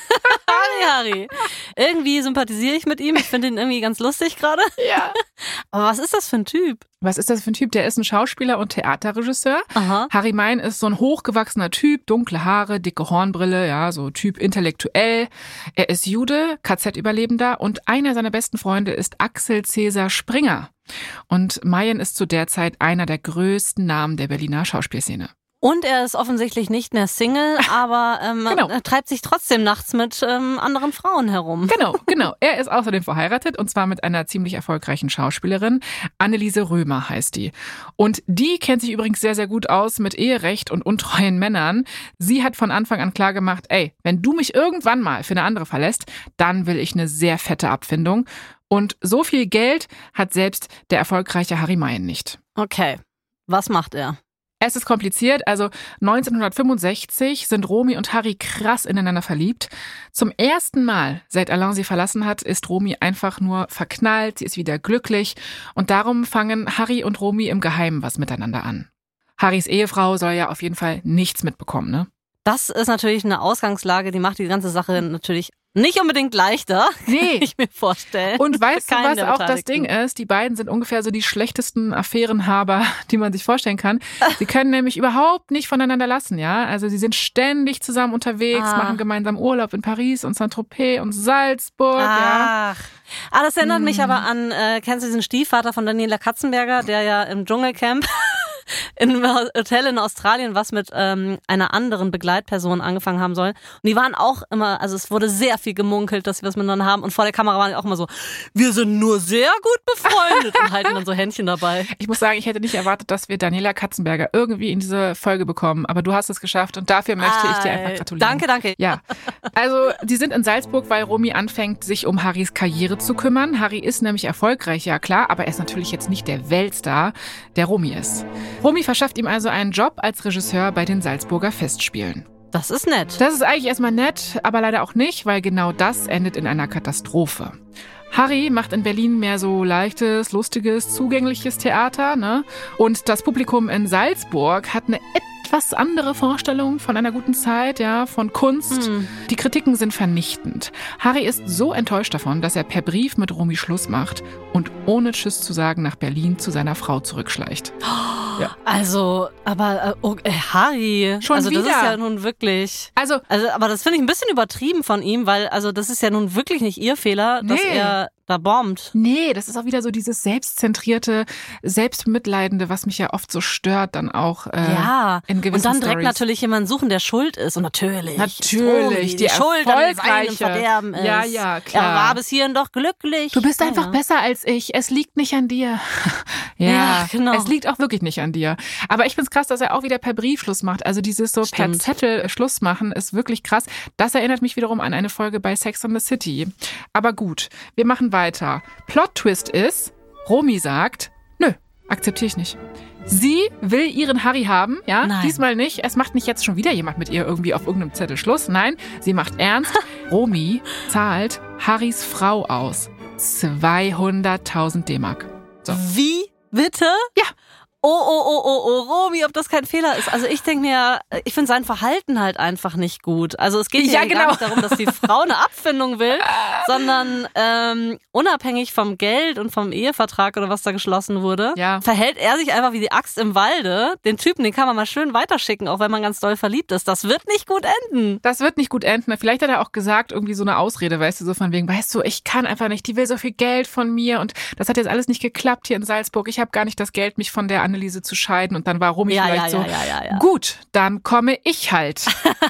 Harry, Harry. Irgendwie sympathisiere ich mit ihm. Ich finde ihn irgendwie ganz lustig gerade. Ja. Aber was ist das für ein Typ? Was ist das für ein Typ? Der ist ein Schauspieler und Theaterregisseur. Aha. Harry Meyen ist so ein hochgewachsener Typ, dunkle Haare, dicke Hornbrille, ja, so Typ intellektuell. Er ist Jude, K Z-Überlebender und einer seiner besten Freunde ist Axel Cäsar Springer. Und Meyen ist zu der Zeit einer der größten Namen der Berliner Schauspielszene. Und er ist offensichtlich nicht mehr Single, aber ähm, genau. er treibt sich trotzdem nachts mit ähm, anderen Frauen herum. Genau, genau. Er ist außerdem verheiratet und zwar mit einer ziemlich erfolgreichen Schauspielerin. Anneliese Römer heißt die. Und die kennt sich übrigens sehr, sehr gut aus mit Eherecht und untreuen Männern. Sie hat von Anfang an klar gemacht, ey, wenn du mich irgendwann mal für eine andere verlässt, dann will ich eine sehr fette Abfindung. Und so viel Geld hat selbst der erfolgreiche Harry Meyen nicht. Okay, was macht er? Es ist kompliziert, also neunzehnhundertfünfundsechzig sind Romy und Harry krass ineinander verliebt. Zum ersten Mal, seit Alain sie verlassen hat, ist Romy einfach nur verknallt, sie ist wieder glücklich und darum fangen Harry und Romy im Geheimen was miteinander an. Harrys Ehefrau soll ja auf jeden Fall nichts mitbekommen, ne? Das ist natürlich eine Ausgangslage, die macht die ganze Sache natürlich nicht unbedingt leichter, nee. kann ich mir vorstellen. Und weißt du, was auch das Beteiligten. Ding ist? Die beiden sind ungefähr so die schlechtesten Affärenhaber, die man sich vorstellen kann. Sie können nämlich überhaupt nicht voneinander lassen, ja? Also sie sind ständig zusammen unterwegs, ah. machen gemeinsam Urlaub in Paris und Saint-Tropez und Salzburg, ja. Ach. Ah, das erinnert hm. mich aber an, äh, kennst du diesen Stiefvater von Daniela Katzenberger, der ja im Dschungelcamp in einem Hotel in Australien was mit ähm, einer anderen Begleitperson angefangen haben soll. Und die waren auch immer, also es wurde sehr viel gemunkelt, dass sie was miteinander haben. Und vor der Kamera waren die auch immer so, wir sind nur sehr gut befreundet und halten dann so Händchen dabei. Ich muss sagen, ich hätte nicht erwartet, dass wir Daniela Katzenberger irgendwie in diese Folge bekommen. Aber du hast es geschafft und dafür möchte ich dir einfach gratulieren. Danke, danke. Ja, also die sind in Salzburg, weil Romy anfängt, sich um Harrys Karriere zu kümmern. Harry ist nämlich erfolgreich, ja klar, aber er ist natürlich jetzt nicht der Weltstar, der Romy ist. Romy verschafft ihm also einen Job als Regisseur bei den Salzburger Festspielen. Das ist nett. Das ist eigentlich erstmal nett, aber leider auch nicht, weil genau das endet in einer Katastrophe. Harry macht in Berlin mehr so leichtes, lustiges, zugängliches Theater, ne? Und das Publikum in Salzburg hat eine etwas andere Vorstellung von einer guten Zeit, ja, von Kunst. Mhm. Die Kritiken sind vernichtend. Harry ist so enttäuscht davon, dass er per Brief mit Romy Schluss macht und ohne Tschüss zu sagen nach Berlin zu seiner Frau zurückschleicht. Oh, ja. Also, aber oh, äh, Harry, schon also wieder. Das ist ja nun wirklich, also, also aber das finde ich ein bisschen übertrieben von ihm, weil also das ist ja nun wirklich nicht ihr Fehler, nee. dass er da bombt. Nee, das ist auch wieder so dieses selbstzentrierte, selbstmitleidende, was mich ja oft so stört, dann auch äh, ja. in gewissen Und dann direkt Storys. natürlich jemanden suchen, der schuld ist. Und natürlich. Natürlich, die, die, die Schuld an seinem Verderben ist. Ja, ja, klar. Er war bis hierhin doch glücklich. Du bist ja, einfach ja. besser als ich. Es liegt nicht an dir. ja, ja, genau. Es liegt auch wirklich nicht an dir. Aber ich find's krass, dass er auch wieder per Brief Schluss macht. Also dieses so Stimmt. per Zettel Schluss machen ist wirklich krass. Das erinnert mich wiederum an eine Folge bei Sex and the City. Aber gut, wir machen weiter. Plot-Twist ist, Romy sagt, nö, akzeptiere ich nicht. Sie will ihren Harry haben, ja, Nein. diesmal nicht. Es macht nicht jetzt schon wieder jemand mit ihr irgendwie auf irgendeinem Zettel Schluss. Nein, sie macht ernst. Romy zahlt Harrys Frau aus. zweihunderttausend D-Mark. So. Wie? Bitte? Ja. Oh, oh, oh, oh, oh, Romy, ob das kein Fehler ist. Also ich denke mir, ich finde sein Verhalten halt einfach nicht gut. Also es geht ja, ja genau. gar nicht darum, dass die Frau eine Abfindung will, sondern ähm, unabhängig vom Geld und vom Ehevertrag oder was da geschlossen wurde, ja. verhält er sich einfach wie die Axt im Walde. Den Typen, den kann man mal schön weiterschicken, auch wenn man ganz doll verliebt ist. Das wird nicht gut enden. Das wird nicht gut enden. Vielleicht hat er auch gesagt, irgendwie so eine Ausrede, weißt du, so von wegen, weißt du, ich kann einfach nicht, die will so viel Geld von mir und das hat jetzt alles nicht geklappt hier in Salzburg. Ich habe gar nicht das Geld, mich von der Anneliese zu scheiden. Und dann war Romy ja, vielleicht ja, so, ja, ja, ja, ja. gut, dann komme ich halt.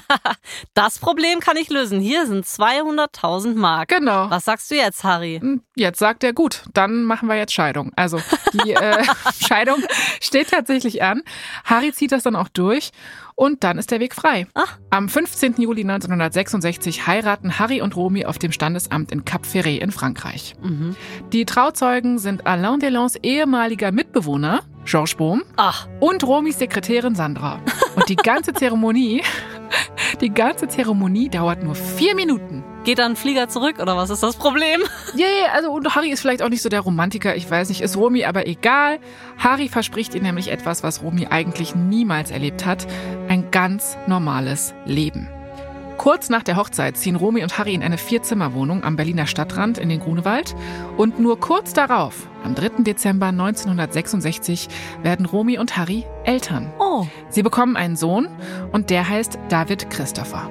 Das Problem kann ich lösen. Hier sind zweihunderttausend Mark. Genau. Was sagst du jetzt, Harry? Jetzt sagt er, gut, dann machen wir jetzt Scheidung. Also die äh, Scheidung steht tatsächlich an. Harry zieht das dann auch durch. Und dann ist der Weg frei. Ach. Am fünfzehnten Juli neunzehnhundertsechsundsechzig heiraten Harry und Romy auf dem Standesamt in Cap Ferret in Frankreich. Mhm. Die Trauzeugen sind Alain Delons ehemaliger Mitbewohner, Georges Bohm, Ach. und Romys Sekretärin Sandra. Und die ganze Zeremonie, die ganze Zeremonie dauert nur vier Minuten. Geht dann ein Flieger zurück oder was ist das Problem? Ja, yeah, also und Harry ist vielleicht auch nicht so der Romantiker, ich weiß nicht, ist Romy aber egal. Harry verspricht ihr nämlich etwas, was Romy eigentlich niemals erlebt hat. Ein ganz normales Leben. Kurz nach der Hochzeit ziehen Romy und Harry in eine Vierzimmerwohnung am Berliner Stadtrand in den Grunewald. Und nur kurz darauf, am dritten Dezember neunzehnhundertsechsundsechzig, werden Romy und Harry Eltern. Oh. Sie bekommen einen Sohn und der heißt David Christopher.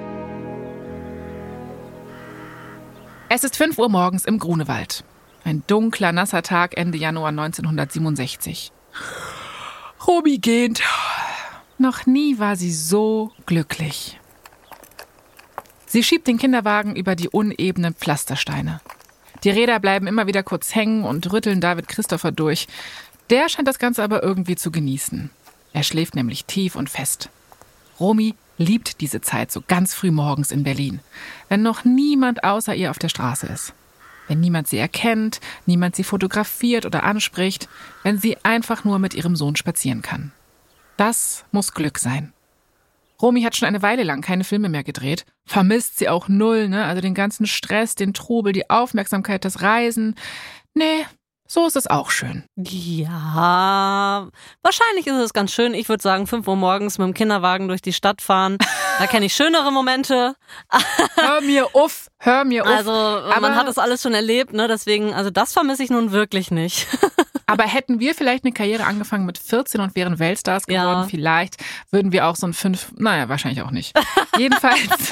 Es ist fünf Uhr morgens im Grunewald. Ein dunkler, nasser Tag Ende Januar neunzehnhundertsiebenundsechzig. Romy geht. Noch nie war sie so glücklich. Sie schiebt den Kinderwagen über die unebenen Pflastersteine. Die Räder bleiben immer wieder kurz hängen und rütteln David Christopher durch. Der scheint das Ganze aber irgendwie zu genießen. Er schläft nämlich tief und fest. Romy liebt diese Zeit so ganz früh morgens in Berlin, wenn noch niemand außer ihr auf der Straße ist. Wenn niemand sie erkennt, niemand sie fotografiert oder anspricht, wenn sie einfach nur mit ihrem Sohn spazieren kann. Das muss Glück sein. Romy hat schon eine Weile lang keine Filme mehr gedreht, vermisst sie auch null, ne? Also den ganzen Stress, den Trubel, die Aufmerksamkeit, das Reisen. Nee, so ist es auch schön. Ja, wahrscheinlich ist es ganz schön. Ich würde sagen, fünf Uhr morgens mit dem Kinderwagen durch die Stadt fahren. Da kenne ich schönere Momente. Hör mir auf, hör mir auf. Also man aber, hat das alles schon erlebt, ne? Deswegen, also das vermisse ich nun wirklich nicht. Aber hätten wir vielleicht eine Karriere angefangen mit vierzehn und wären Weltstars geworden, ja. vielleicht würden wir auch so ein fünf, naja, wahrscheinlich auch nicht. Jedenfalls...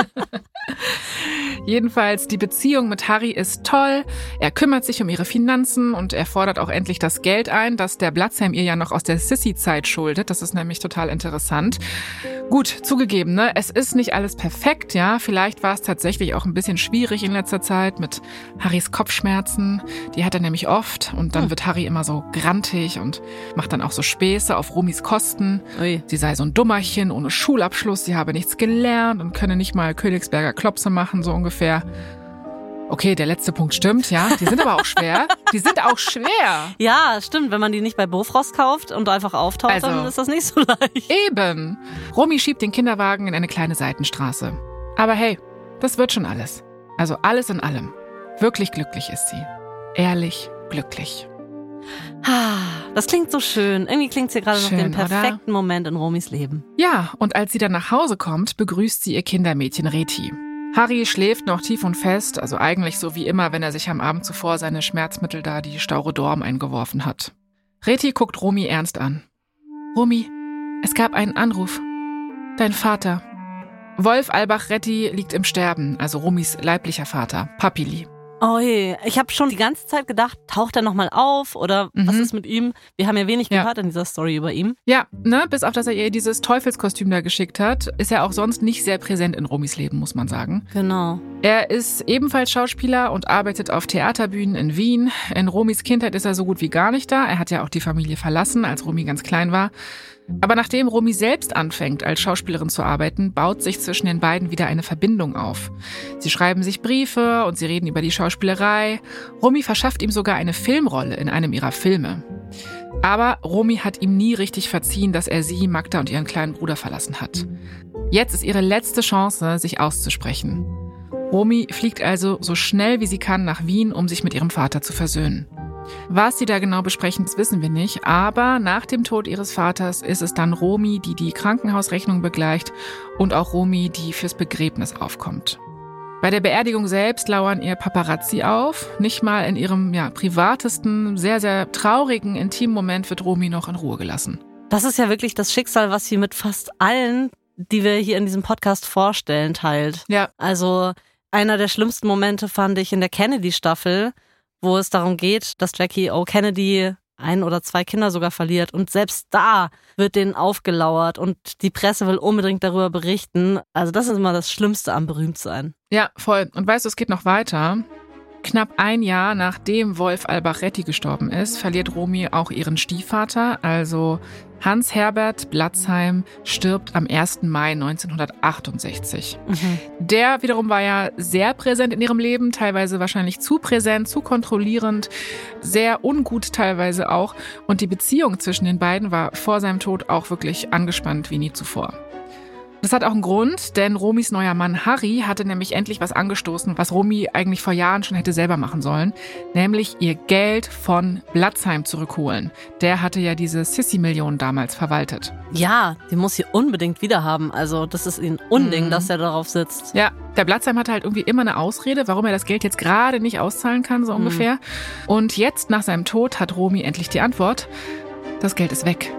Jedenfalls, die Beziehung mit Harry ist toll. Er kümmert sich um ihre Finanzen und er fordert auch endlich das Geld ein, das der Blatzheim ihr ja noch aus der Sissy-Zeit schuldet. Das ist nämlich total interessant. Gut, zugegeben, ne? Es ist nicht alles perfekt, ja. Vielleicht war es tatsächlich auch ein bisschen schwierig in letzter Zeit mit Harrys Kopfschmerzen. Die hat er nämlich oft und dann hm. wird Harry immer so grantig und macht dann auch so Späße auf Romys Kosten. Ui. Sie sei so ein Dummerchen ohne Schulabschluss, sie habe nichts gelernt und könne nicht mal Königsberger Klopse machen, so ungefähr. Okay, der letzte Punkt stimmt, ja. Die sind aber auch schwer. Die sind auch schwer. Ja, stimmt. Wenn man die nicht bei Bofrost kauft und einfach auftaucht, also, dann ist das nicht so leicht. Eben. Romy schiebt den Kinderwagen in eine kleine Seitenstraße. Aber hey, das wird schon alles. Also alles in allem. Wirklich glücklich ist sie. Ehrlich glücklich. Das klingt so schön. Irgendwie klingt es hier gerade noch den perfekten oder? Moment in Romys Leben. Ja, und als sie dann nach Hause kommt, begrüßt sie ihr Kindermädchen Reti. Harry schläft noch tief und fest, also eigentlich so wie immer, wenn er sich am Abend zuvor seine Schmerzmittel da, die Staurodorm, eingeworfen hat. Reti guckt Romy ernst an. Romy, es gab einen Anruf. Dein Vater. Wolf Albach-Reti liegt im Sterben, also Romys leiblicher Vater, Papili. Oh je, ich habe schon die ganze Zeit gedacht, taucht er nochmal auf oder mhm. was ist mit ihm? Wir haben ja wenig ja. gehört in dieser Story über ihn. Ja, ne, bis auf dass er ihr dieses Teufelskostüm da geschickt hat, ist er auch sonst nicht sehr präsent in Romys Leben, muss man sagen. Genau. Er ist ebenfalls Schauspieler und arbeitet auf Theaterbühnen in Wien. In Romys Kindheit ist er so gut wie gar nicht da. Er hat ja auch die Familie verlassen, als Romy ganz klein war. Aber nachdem Romy selbst anfängt, als Schauspielerin zu arbeiten, baut sich zwischen den beiden wieder eine Verbindung auf. Sie schreiben sich Briefe und sie reden über die Schauspielerei. Romy verschafft ihm sogar eine Filmrolle in einem ihrer Filme. Aber Romy hat ihm nie richtig verziehen, dass er sie, Magda und ihren kleinen Bruder verlassen hat. Jetzt ist ihre letzte Chance, sich auszusprechen. Romy fliegt also so schnell wie sie kann nach Wien, um sich mit ihrem Vater zu versöhnen. Was sie da genau besprechen, das wissen wir nicht, aber nach dem Tod ihres Vaters ist es dann Romy, die die Krankenhausrechnung begleicht und auch Romy, die fürs Begräbnis aufkommt. Bei der Beerdigung selbst lauern ihr Paparazzi auf. Nicht mal in ihrem ja, privatesten, sehr, sehr traurigen, intimen Moment wird Romy noch in Ruhe gelassen. Das ist ja wirklich das Schicksal, was sie mit fast allen, die wir hier in diesem Podcast vorstellen, teilt. Ja. Also einer der schlimmsten Momente fand ich in der Kennedy-Staffel, wo es darum geht, dass Jackie O. Kennedy ein oder zwei Kinder sogar verliert. Und selbst da wird denen aufgelauert und die Presse will unbedingt darüber berichten. Also das ist immer das Schlimmste am Berühmtsein. Ja, voll. Und weißt du, es geht noch weiter. Knapp ein Jahr nachdem Wolf Albach-Reti gestorben ist, verliert Romy auch ihren Stiefvater, also Hans Herbert Blatzheim stirbt am ersten Mai neunzehnhundertachtundsechzig. Mhm. Der wiederum war ja sehr präsent in ihrem Leben, teilweise wahrscheinlich zu präsent, zu kontrollierend, sehr ungut teilweise auch. Und die Beziehung zwischen den beiden war vor seinem Tod auch wirklich angespannt wie nie zuvor. Das hat auch einen Grund, denn Romys neuer Mann Harry hatte nämlich endlich was angestoßen, was Romy eigentlich vor Jahren schon hätte selber machen sollen, nämlich ihr Geld von Blatzheim zurückholen. Der hatte ja diese Sissi-Millionen damals verwaltet. Ja, die muss sie unbedingt wiederhaben. Also das ist ein Unding, mhm. dass er darauf sitzt. Ja, der Blatzheim hatte halt irgendwie immer eine Ausrede, warum er das Geld jetzt gerade nicht auszahlen kann, so mhm. ungefähr. Und jetzt, nach seinem Tod, hat Romy endlich die Antwort. Das Geld ist weg.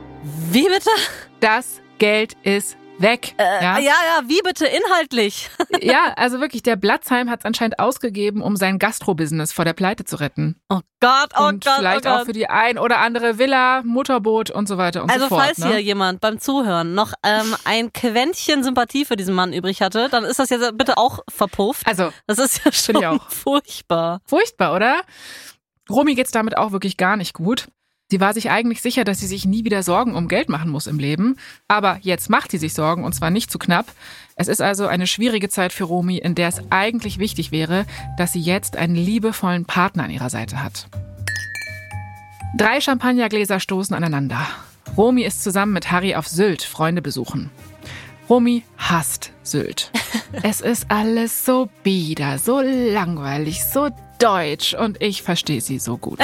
Wie bitte? Das Geld ist weg. Weg. Äh, ja? ja, ja, wie bitte inhaltlich? Ja, also wirklich, der Blatzheim hat es anscheinend ausgegeben, um sein Gastro-Business vor der Pleite zu retten. Oh Gott, oh und Gott, vielleicht oh Gott. auch für die ein oder andere Villa, Motorboot und so weiter und also so fort. Also falls ne? hier jemand beim Zuhören noch ähm, ein Quäntchen Sympathie für diesen Mann übrig hatte, dann ist das jetzt bitte auch verpufft. Also, das ist ja schon auch. furchtbar. Furchtbar, oder? Romy geht's damit auch wirklich gar nicht gut. Sie war sich eigentlich sicher, dass sie sich nie wieder Sorgen um Geld machen muss im Leben. Aber jetzt macht sie sich Sorgen, und zwar nicht zu knapp. Es ist also eine schwierige Zeit für Romy, in der es eigentlich wichtig wäre, dass sie jetzt einen liebevollen Partner an ihrer Seite hat. Drei Champagnergläser stoßen aneinander. Romy ist zusammen mit Harry auf Sylt Freunde besuchen. Romy hasst Sylt. Es ist alles so bieder, so langweilig, so deutsch und ich verstehe sie so gut.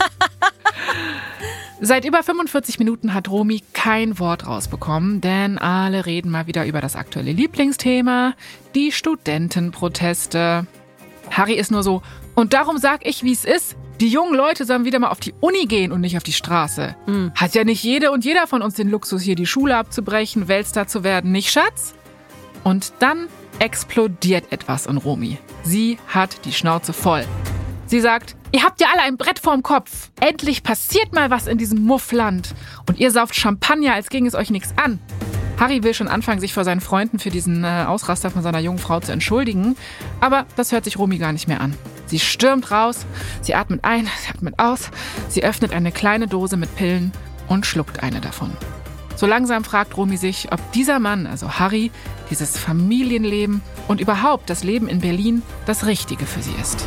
Seit über fünfundvierzig Minuten hat Romy kein Wort rausbekommen, denn alle reden mal wieder über das aktuelle Lieblingsthema, die Studentenproteste. Harry ist nur so, und darum sag ich, wie es ist. Die jungen Leute sollen wieder mal auf die Uni gehen und nicht auf die Straße. Mhm. Hat ja nicht jede und jeder von uns den Luxus, hier die Schule abzubrechen, Weltstar zu werden, nicht, Schatz? Und dann explodiert etwas in Romy. Sie hat die Schnauze voll. Sie sagt, ihr habt ja alle ein Brett vorm Kopf. Endlich passiert mal was in diesem Muffland. Und ihr sauft Champagner, als ging es euch nichts an. Harry will schon anfangen, sich vor seinen Freunden für diesen äh, Ausraster von seiner jungen Frau zu entschuldigen. Aber das hört sich Romy gar nicht mehr an. Sie stürmt raus, sie atmet ein, sie atmet aus. Sie öffnet eine kleine Dose mit Pillen und schluckt eine davon. So langsam fragt Romy sich, ob dieser Mann, also Harry, dieses Familienleben und überhaupt das Leben in Berlin das Richtige für sie ist.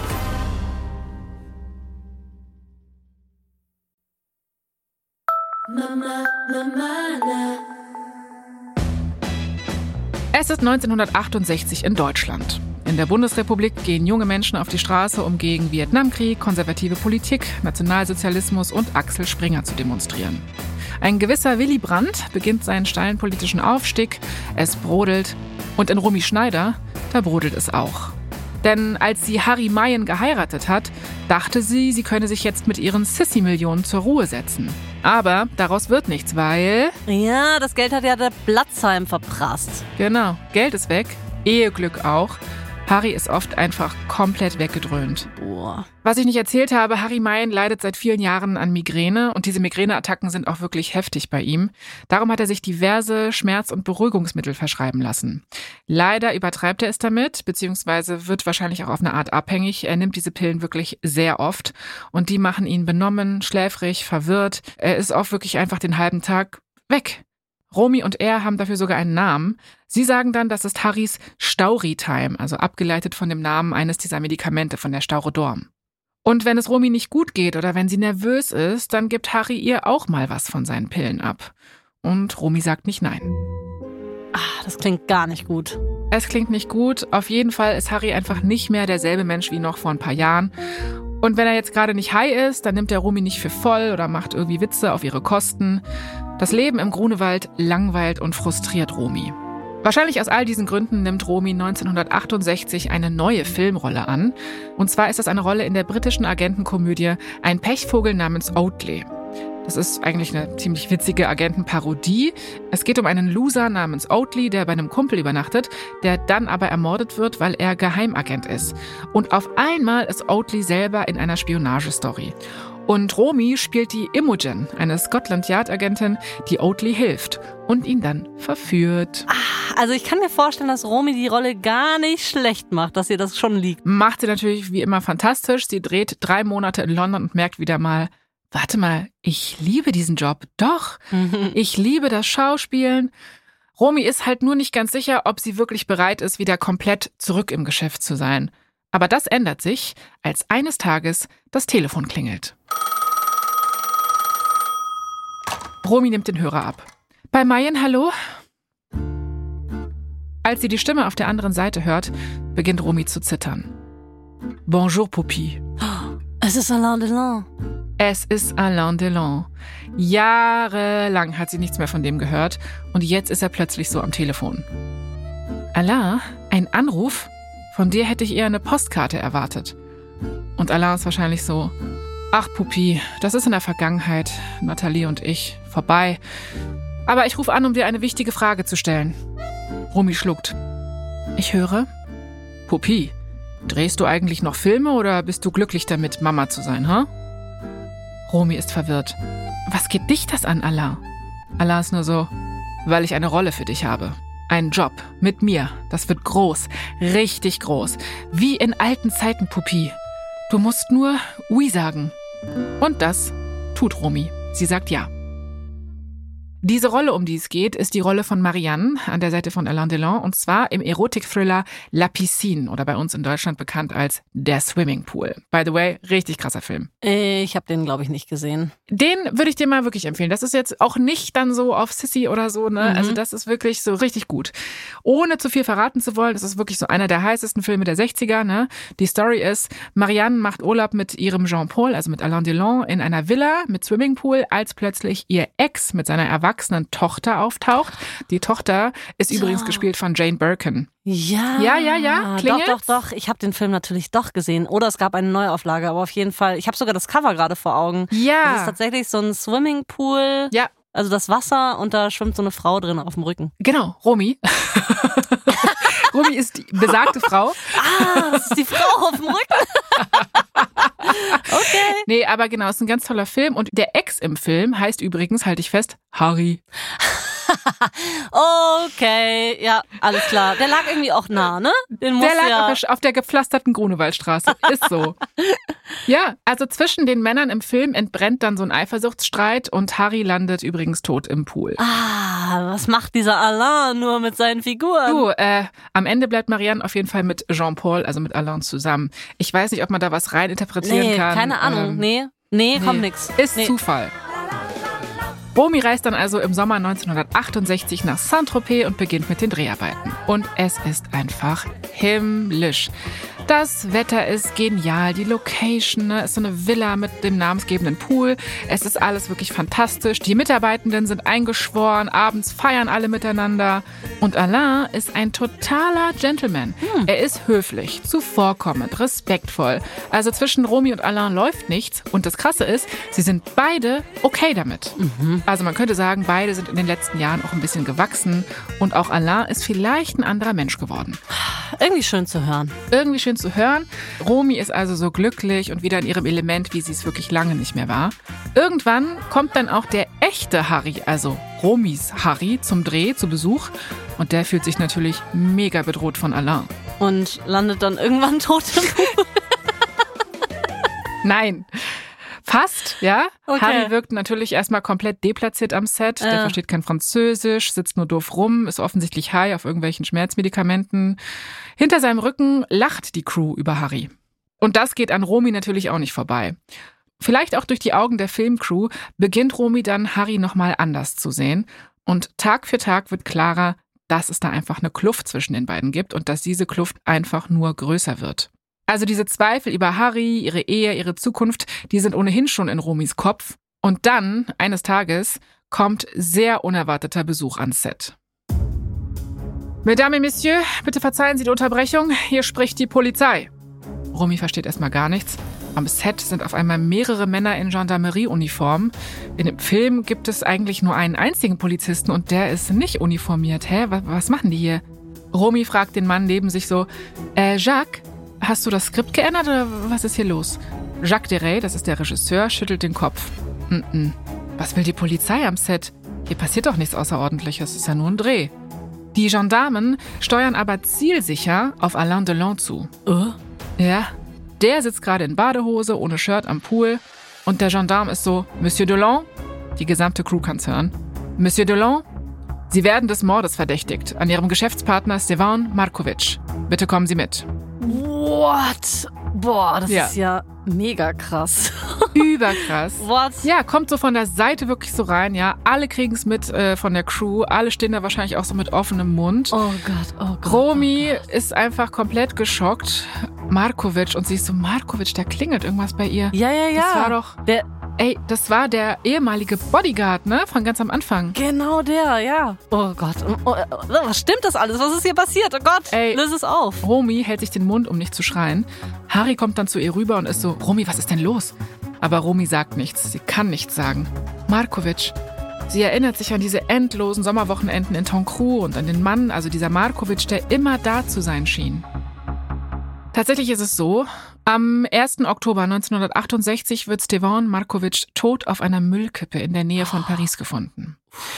Mama, Mama, es ist neunzehnhundertachtundsechzig in Deutschland. In der Bundesrepublik gehen junge Menschen auf die Straße, um gegen Vietnamkrieg, konservative Politik, Nationalsozialismus und Axel Springer zu demonstrieren. Ein gewisser Willy Brandt beginnt seinen steilen politischen Aufstieg. Es brodelt. Und in Romy Schneider, da brodelt es auch. Denn als sie Harry Meyen geheiratet hat, dachte sie, sie könne sich jetzt mit ihren Sissy-Millionen zur Ruhe setzen. Aber daraus wird nichts, weil... Ja, das Geld hat ja der Blatzheim verprasst. Genau, Geld ist weg, Eheglück auch. Harry ist oft einfach komplett weggedröhnt. Boah. Was ich nicht erzählt habe, Harry Meyen leidet seit vielen Jahren an Migräne und diese Migräneattacken sind auch wirklich heftig bei ihm. Darum hat er sich diverse Schmerz- und Beruhigungsmittel verschreiben lassen. Leider übertreibt er es damit, beziehungsweise wird wahrscheinlich auch auf eine Art abhängig. Er nimmt diese Pillen wirklich sehr oft und die machen ihn benommen, schläfrig, verwirrt. Er ist auch wirklich einfach den halben Tag weg. Romy und er haben dafür sogar einen Namen. Sie sagen dann, das ist Harrys Stauritime, also abgeleitet von dem Namen eines dieser Medikamente, von der Staurodorm. Und wenn es Romy nicht gut geht oder wenn sie nervös ist, dann gibt Harry ihr auch mal was von seinen Pillen ab. Und Romy sagt nicht nein. Ah, das klingt gar nicht gut. Es klingt nicht gut. Auf jeden Fall ist Harry einfach nicht mehr derselbe Mensch wie noch vor ein paar Jahren. Und wenn er jetzt gerade nicht high ist, dann nimmt er Romy nicht für voll oder macht irgendwie Witze auf ihre Kosten. Das Leben im Grunewald langweilt und frustriert Romy. Wahrscheinlich aus all diesen Gründen nimmt Romy neunzehnhundertachtundsechzig eine neue Filmrolle an. Und zwar ist das eine Rolle in der britischen Agentenkomödie Ein Pechvogel namens Oatley. Das ist eigentlich eine ziemlich witzige Agentenparodie. Es geht um einen Loser namens Oatley, der bei einem Kumpel übernachtet, der dann aber ermordet wird, weil er Geheimagent ist. Und auf einmal ist Oatley selber in einer Spionagestory. Und Romy spielt die Imogen, eine Scotland-Yard-Agentin, die Oatley hilft und ihn dann verführt. Also ich kann mir vorstellen, dass Romy die Rolle gar nicht schlecht macht, dass ihr das schon liegt. Macht sie natürlich wie immer fantastisch. Sie dreht drei Monate in London und merkt wieder mal, warte mal, ich liebe diesen Job. Doch, ich liebe das Schauspielen. Romy ist halt nur nicht ganz sicher, ob sie wirklich bereit ist, wieder komplett zurück im Geschäft zu sein. Aber das ändert sich, als eines Tages das Telefon klingelt. Romy nimmt den Hörer ab. Bei Meyen, hallo? Als sie die Stimme auf der anderen Seite hört, beginnt Romy zu zittern. Bonjour, Pupi. Es ist Alain Delon. Es ist Alain Delon. Jahrelang hat sie nichts mehr von dem gehört und jetzt ist er plötzlich so am Telefon. Alain, ein Anruf? Von dir hätte ich eher eine Postkarte erwartet. Und Alain ist wahrscheinlich so, ach Pupi, das ist in der Vergangenheit, Nathalie und ich, vorbei. Aber ich rufe an, um dir eine wichtige Frage zu stellen. Romy schluckt. Ich höre. Pupi, drehst du eigentlich noch Filme oder bist du glücklich damit, Mama zu sein, ha? Huh? Romy ist verwirrt. Was geht dich das an, Alain? Alain ist nur so, weil ich eine Rolle für dich habe. Ein Job mit mir. Das wird groß, richtig groß. Wie in alten Zeiten, Pupi. Du musst nur oui sagen. Und das tut Romy. Sie sagt ja. Diese Rolle, um die es geht, ist die Rolle von Marianne an der Seite von Alain Delon und zwar im Erotik-Thriller La Piscine oder bei uns in Deutschland bekannt als Der Swimmingpool. By the way, richtig krasser Film. Ich habe den, glaube ich, nicht gesehen. Den würde ich dir mal wirklich empfehlen. Das ist jetzt auch nicht dann so auf Sissy oder so, ne? Mhm. Also das ist wirklich so richtig gut. Ohne zu viel verraten zu wollen, das ist wirklich so einer der heißesten Filme der sechziger, ne? Die Story ist, Marianne macht Urlaub mit ihrem Jean-Paul, also mit Alain Delon, in einer Villa mit Swimmingpool, als plötzlich ihr Ex mit seiner erwachsenen Tochter auftaucht. Die Tochter ist so. Übrigens gespielt von Jane Birkin. Ja, ja, ja, ja. Klingelt's? Doch, doch, doch. Ich habe den Film natürlich doch gesehen. Oder es gab eine Neuauflage, aber auf jeden Fall. Ich habe sogar das Cover gerade vor Augen. Ja. Das ist tatsächlich so ein Swimmingpool. Ja. Also das Wasser und da schwimmt so eine Frau drin auf dem Rücken. Genau, Romy. Romy ist die besagte Frau. Ah, das ist die Frau auf dem Rücken. Okay. Nee, aber genau, es ist ein ganz toller Film. Und der Ex im Film heißt übrigens, halte ich fest, Harry. Okay, ja, alles klar. Der lag irgendwie auch nah, ne? Den muss der lag ja auf, der, auf der gepflasterten Grunewaldstraße. Ist so. Ja, also zwischen den Männern im Film entbrennt dann so ein Eifersuchtsstreit und Harry landet übrigens tot im Pool. Ah, was macht dieser Alain nur mit seinen Figuren? Du, äh, am Ende bleibt Marianne auf jeden Fall mit Jean-Paul, also mit Alain zusammen. Ich weiß nicht, ob man da was rein interpretieren nee, kann. Keine Ahnung, ähm, nee. Nee, kommt nee. nix. Ist nee. Zufall. Romy reist dann also im Sommer neunzehnhundertachtundsechzig nach Saint-Tropez und beginnt mit den Dreharbeiten. Und es ist einfach himmlisch. Das Wetter ist genial, die Location, ne, ist so eine Villa mit dem namensgebenden Pool. Es ist alles wirklich fantastisch. Die Mitarbeitenden sind eingeschworen, abends feiern alle miteinander. Und Alain ist ein totaler Gentleman. Hm. Er ist höflich, zuvorkommend, respektvoll. Also zwischen Romy und Alain läuft nichts. Und das Krasse ist, sie sind beide okay damit. Mhm. Also man könnte sagen, beide sind in den letzten Jahren auch ein bisschen gewachsen. Und auch Alain ist vielleicht ein anderer Mensch geworden. Irgendwie schön zu hören. Irgendwie schön zu hören. Romy ist also so glücklich und wieder in ihrem Element, wie sie es wirklich lange nicht mehr war. Irgendwann kommt dann auch der echte Harry, also Romys Harry, zum Dreh, zu Besuch. Und der fühlt sich natürlich mega bedroht von Alain. Und landet dann irgendwann tot im Pool? Nein. Fast, ja. Okay. Harry wirkt natürlich erstmal komplett deplatziert am Set. Der äh. versteht kein Französisch, sitzt nur doof rum, ist offensichtlich high auf irgendwelchen Schmerzmedikamenten. Hinter seinem Rücken lacht die Crew über Harry. Und das geht an Romy natürlich auch nicht vorbei. Vielleicht auch durch die Augen der Filmcrew beginnt Romy dann, Harry nochmal anders zu sehen. Und Tag für Tag wird klarer, dass es da einfach eine Kluft zwischen den beiden gibt und dass diese Kluft einfach nur größer wird. Also diese Zweifel über Harry, ihre Ehe, ihre Zukunft, die sind ohnehin schon in Romys Kopf. Und dann, eines Tages, kommt sehr unerwarteter Besuch ans Set. Mesdames et Messieurs, bitte verzeihen Sie die Unterbrechung. Hier spricht die Polizei. Romy versteht erstmal gar nichts. Am Set sind auf einmal mehrere Männer in Gendarmerieuniform. In dem Film gibt es eigentlich nur einen einzigen Polizisten und der ist nicht uniformiert. Hä, was, was machen die hier? Romy fragt den Mann neben sich so, äh, Jacques, hast du das Skript geändert oder was ist hier los? Jacques Deray, das ist der Regisseur, schüttelt den Kopf. Mm-mm. Was will die Polizei am Set? Hier passiert doch nichts Außerordentliches, es ist ja nur ein Dreh. Die Gendarmen steuern aber zielsicher auf Alain Delon zu. Uh? Ja, der sitzt gerade in Badehose, ohne Shirt am Pool. Und der Gendarme ist so, Monsieur Delon, die gesamte Crew kann's hören. Monsieur Delon, Sie werden des Mordes verdächtigt an Ihrem Geschäftspartner Stevan Markovic. Bitte kommen Sie mit. What? Boah, das ja. ist ja mega krass. Überkrass. What? Ja, kommt so von der Seite wirklich so rein, ja. Alle kriegen's mit äh, von der Crew. Alle stehen da wahrscheinlich auch so mit offenem Mund. Oh Gott, oh Gott. Romy oh Gott. ist einfach komplett geschockt. Markovic. Und sie ist so, Markovic, da klingelt irgendwas bei ihr. Ja, ja, ja. Das war doch... Der Ey, das war der ehemalige Bodyguard, ne? Von ganz am Anfang. Genau der, ja. Oh Gott. Oh, was stimmt das alles? Was ist hier passiert? Oh Gott, Ey, löse es auf. Romy hält sich den Mund, um nicht zu schreien. Harry kommt dann zu ihr rüber und ist so, Romy, was ist denn los? Aber Romy sagt nichts. Sie kann nichts sagen. Markovic. Sie erinnert sich an diese endlosen Sommerwochenenden in Tonkru und an den Mann, also dieser Markovic, der immer da zu sein schien. Tatsächlich ist es so, am ersten Oktober neunzehnhundertachtundsechzig wird Stevan Markovic tot auf einer Müllkippe in der Nähe von Paris gefunden.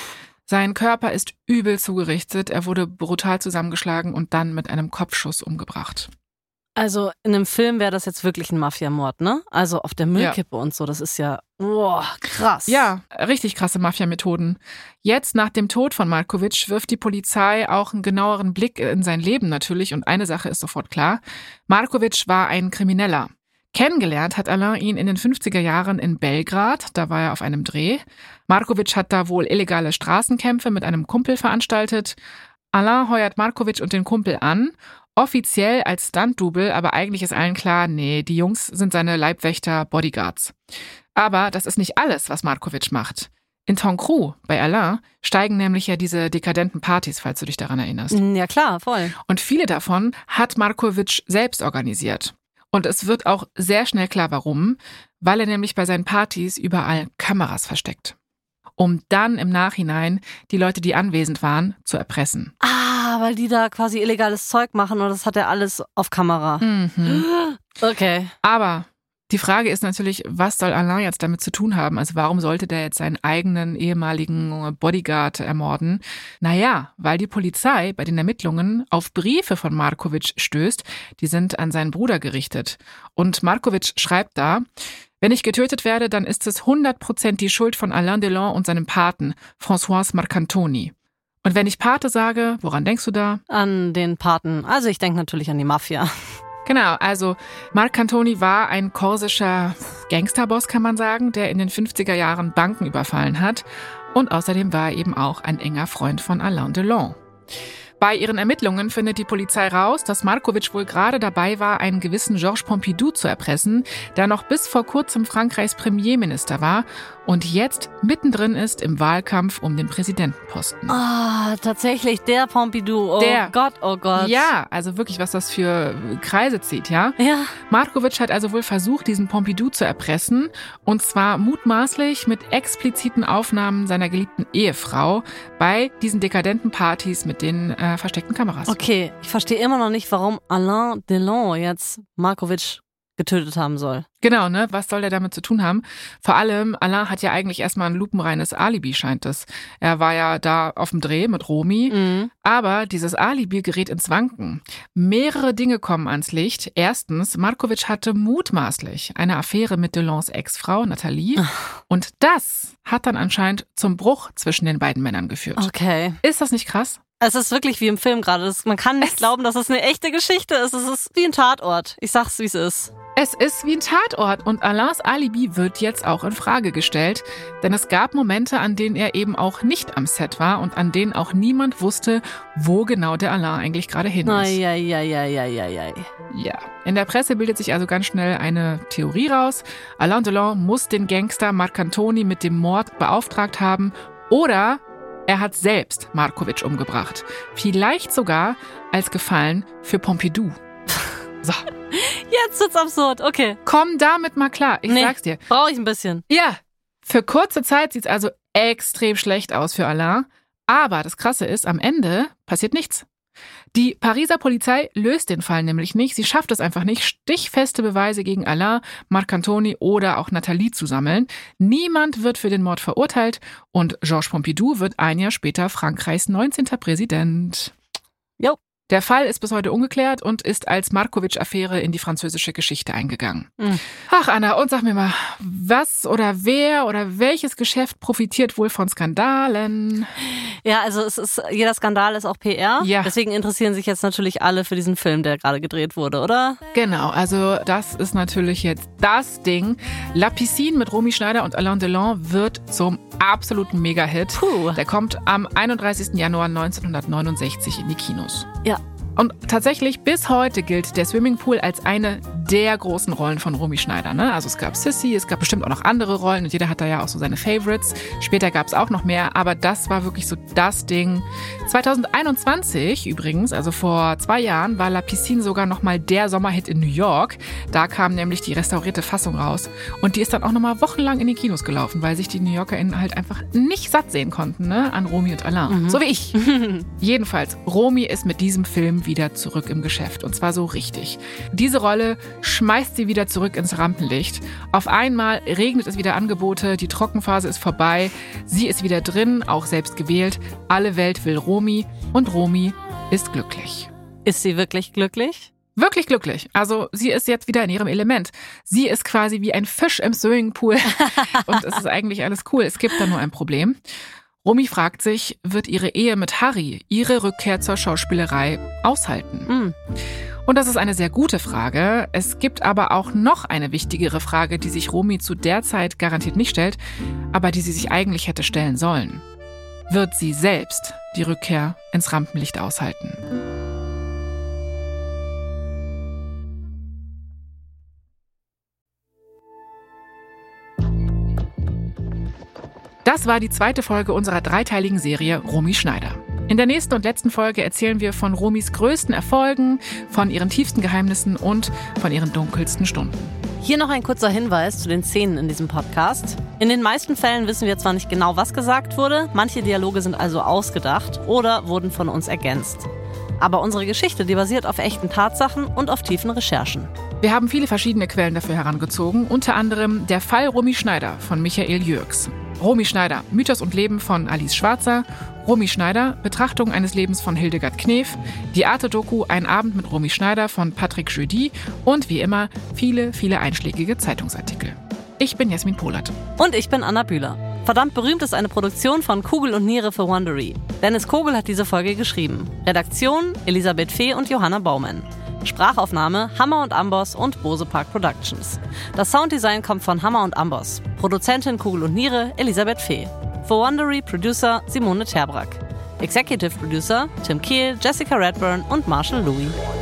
Sein Körper ist übel zugerichtet, er wurde brutal zusammengeschlagen und dann mit einem Kopfschuss umgebracht. Also in einem Film wäre das jetzt wirklich ein Mafiamord, ne? Also auf der Müllkippe ja. und so, das ist ja, boah, krass. Ja, richtig krasse Mafia-Methoden. Jetzt, nach dem Tod von Markovic, wirft die Polizei auch einen genaueren Blick in sein Leben natürlich und eine Sache ist sofort klar. Markovic war ein Krimineller. Kennengelernt hat Alain ihn in den fünfziger Jahren in Belgrad, da war er auf einem Dreh. Markovic hat da wohl illegale Straßenkämpfe mit einem Kumpel veranstaltet. Alain heuert Markovic und den Kumpel an, offiziell als Stunt-Double, aber eigentlich ist allen klar, nee, die Jungs sind seine Leibwächter, Bodyguards. Aber das ist nicht alles, was Markovic macht. In Tonkru, bei Alain, steigen nämlich ja diese dekadenten Partys, falls du dich daran erinnerst. Ja klar, voll. Und viele davon hat Markovic selbst organisiert. Und es wird auch sehr schnell klar, warum, weil er nämlich bei seinen Partys überall Kameras versteckt. Um dann im Nachhinein die Leute, die anwesend waren, zu erpressen. Ah, weil die da quasi illegales Zeug machen und das hat er alles auf Kamera. Mhm. Okay. Aber die Frage ist natürlich, was soll Alain jetzt damit zu tun haben? Also warum sollte der jetzt seinen eigenen ehemaligen Bodyguard ermorden? Naja, weil die Polizei bei den Ermittlungen auf Briefe von Markovic stößt. Die sind an seinen Bruder gerichtet. Und Markovic schreibt da, wenn ich getötet werde, dann ist es hundert Prozent die Schuld von Alain Delon und seinem Paten, François Marcantoni. Und wenn ich Pate sage, woran denkst du da? An den Paten. Also ich denke natürlich an die Mafia. Genau, also Marcantoni war ein korsischer Gangsterboss, kann man sagen, der in den fünfziger Jahren Banken überfallen hat. Und außerdem war er eben auch ein enger Freund von Alain Delon. Bei ihren Ermittlungen findet die Polizei raus, dass Markovic wohl gerade dabei war, einen gewissen Georges Pompidou zu erpressen, der noch bis vor kurzem Frankreichs Premierminister war und jetzt mittendrin ist im Wahlkampf um den Präsidentenposten. Ah, oh, tatsächlich, der Pompidou. Oh der. Gott, oh Gott. Ja, also wirklich, was das für Kreise zieht, ja? Ja. Markovic hat also wohl versucht, diesen Pompidou zu erpressen, und zwar mutmaßlich mit expliziten Aufnahmen seiner geliebten Ehefrau bei diesen dekadenten Partys mit den äh, versteckten Kameras. Okay, ich verstehe immer noch nicht, warum Alain Delon jetzt Markovic getötet haben soll. Genau, ne? Was soll der damit zu tun haben? Vor allem, Alain hat ja eigentlich erstmal ein lupenreines Alibi, scheint es. Er war ja da auf dem Dreh mit Romy, mhm. aber dieses Alibi gerät ins Wanken. Mehrere Dinge kommen ans Licht. Erstens, Markovic hatte mutmaßlich eine Affäre mit Delons Ex-Frau Nathalie Ach. und das hat dann anscheinend zum Bruch zwischen den beiden Männern geführt. Okay. Ist das nicht krass? Es ist wirklich wie im Film gerade. Man kann nicht es glauben, dass es eine echte Geschichte ist. Es ist wie ein Tatort. Ich sag's, wie es ist. Es ist wie ein Tatort und Alains Alibi wird jetzt auch in Frage gestellt, denn es gab Momente, an denen er eben auch nicht am Set war und an denen auch niemand wusste, wo genau der Alain eigentlich gerade hin ist. Ja, ja, ja, ja, ja, ja. Ja, in der Presse bildet sich also ganz schnell eine Theorie raus. Alain Delon muss den Gangster Marc Antony mit dem Mord beauftragt haben oder er hat selbst Markovic umgebracht. Vielleicht sogar als Gefallen für Pompidou. So. Jetzt wird's absurd, okay. Komm damit mal klar, ich nee, sag's dir. Brauche ich ein bisschen. Ja, für kurze Zeit sieht's also extrem schlecht aus für Alain. Aber das Krasse ist, am Ende passiert nichts. Die Pariser Polizei löst den Fall nämlich nicht. Sie schafft es einfach nicht, stichfeste Beweise gegen Alain, Marc Antony oder auch Nathalie zu sammeln. Niemand wird für den Mord verurteilt und Georges Pompidou wird ein Jahr später Frankreichs neunzehnter Präsident. Jo. Der Fall ist bis heute ungeklärt und ist als Markovic-Affäre in die französische Geschichte eingegangen. Mhm. Ach, Anna, und sag mir mal, was oder wer oder welches Geschäft profitiert wohl von Skandalen? Ja, also es ist, jeder Skandal ist auch P R. Ja. Deswegen interessieren sich jetzt natürlich alle für diesen Film, der gerade gedreht wurde, oder? Genau, also das ist natürlich jetzt das Ding. La Piscine mit Romy Schneider und Alain Delon wird zum absoluten Mega-Hit. Puh. Der kommt am einunddreißigsten Januar neunzehnhundertneunundsechzig in die Kinos. Ja. Und tatsächlich bis heute gilt der Swimmingpool als eine der großen Rollen von Romy Schneider. Ne? Also es gab Sissy, es gab bestimmt auch noch andere Rollen und jeder hat da ja auch so seine Favorites. Später gab es auch noch mehr, aber das war wirklich so das Ding. zweitausendeinundzwanzig übrigens, also vor zwei Jahren, war La Piscine sogar nochmal der Sommerhit in New York. Da kam nämlich die restaurierte Fassung raus und die ist dann auch nochmal wochenlang in die Kinos gelaufen, weil sich die New YorkerInnen halt einfach nicht satt sehen konnten, ne? An Romy und Alain. Mhm. So wie ich. Jedenfalls, Romy ist mit diesem Film wieder zurück im Geschäft und zwar so richtig. Diese Rolle schmeißt sie wieder zurück ins Rampenlicht. Auf einmal regnet es wieder Angebote, die Trockenphase ist vorbei, sie ist wieder drin, auch selbst gewählt. Alle Welt will Romy und Romy ist glücklich. Ist sie wirklich glücklich? Wirklich glücklich. Also sie ist jetzt wieder in ihrem Element. Sie ist quasi wie ein Fisch im Swimmingpool und es ist eigentlich alles cool. Es gibt da nur ein Problem. Romy fragt sich, wird ihre Ehe mit Harry ihre Rückkehr zur Schauspielerei aushalten? Mhm. Und das ist eine sehr gute Frage. Es gibt aber auch noch eine wichtigere Frage, die sich Romy zu der Zeit garantiert nicht stellt, aber die sie sich eigentlich hätte stellen sollen. Wird sie selbst die Rückkehr ins Rampenlicht aushalten? Das war die zweite Folge unserer dreiteiligen Serie Romy Schneider. In der nächsten und letzten Folge erzählen wir von Romys größten Erfolgen, von ihren tiefsten Geheimnissen und von ihren dunkelsten Stunden. Hier noch ein kurzer Hinweis zu den Szenen in diesem Podcast. In den meisten Fällen wissen wir zwar nicht genau, was gesagt wurde, manche Dialoge sind also ausgedacht oder wurden von uns ergänzt. Aber unsere Geschichte, die basiert auf echten Tatsachen und auf tiefen Recherchen. Wir haben viele verschiedene Quellen dafür herangezogen, unter anderem der Fall Romy Schneider von Michael Jürgs. Romy Schneider, Mythos und Leben von Alice Schwarzer, Romy Schneider, Betrachtung eines Lebens von Hildegard Knef, die Arte-Doku Ein Abend mit Romy Schneider von Patrick Jeudi und wie immer viele, viele einschlägige Zeitungsartikel. Ich bin Jasmin Polat. Und ich bin Anna Bühler. Verdammt berühmt ist eine Produktion von Kugel und Niere für Wondery. Dennis Kogel hat diese Folge geschrieben. Redaktion Elisabeth Fee und Johanna Baumann. Sprachaufnahme Hammer und Amboss und Bose Park Productions. Das Sounddesign kommt von Hammer und Amboss. Produzentin Kugel und Niere Elisabeth Fee. Für Wondery Producer Simone Terbrack. Executive Producer Tim Kehl, Jessica Redburn und Marshall Louis.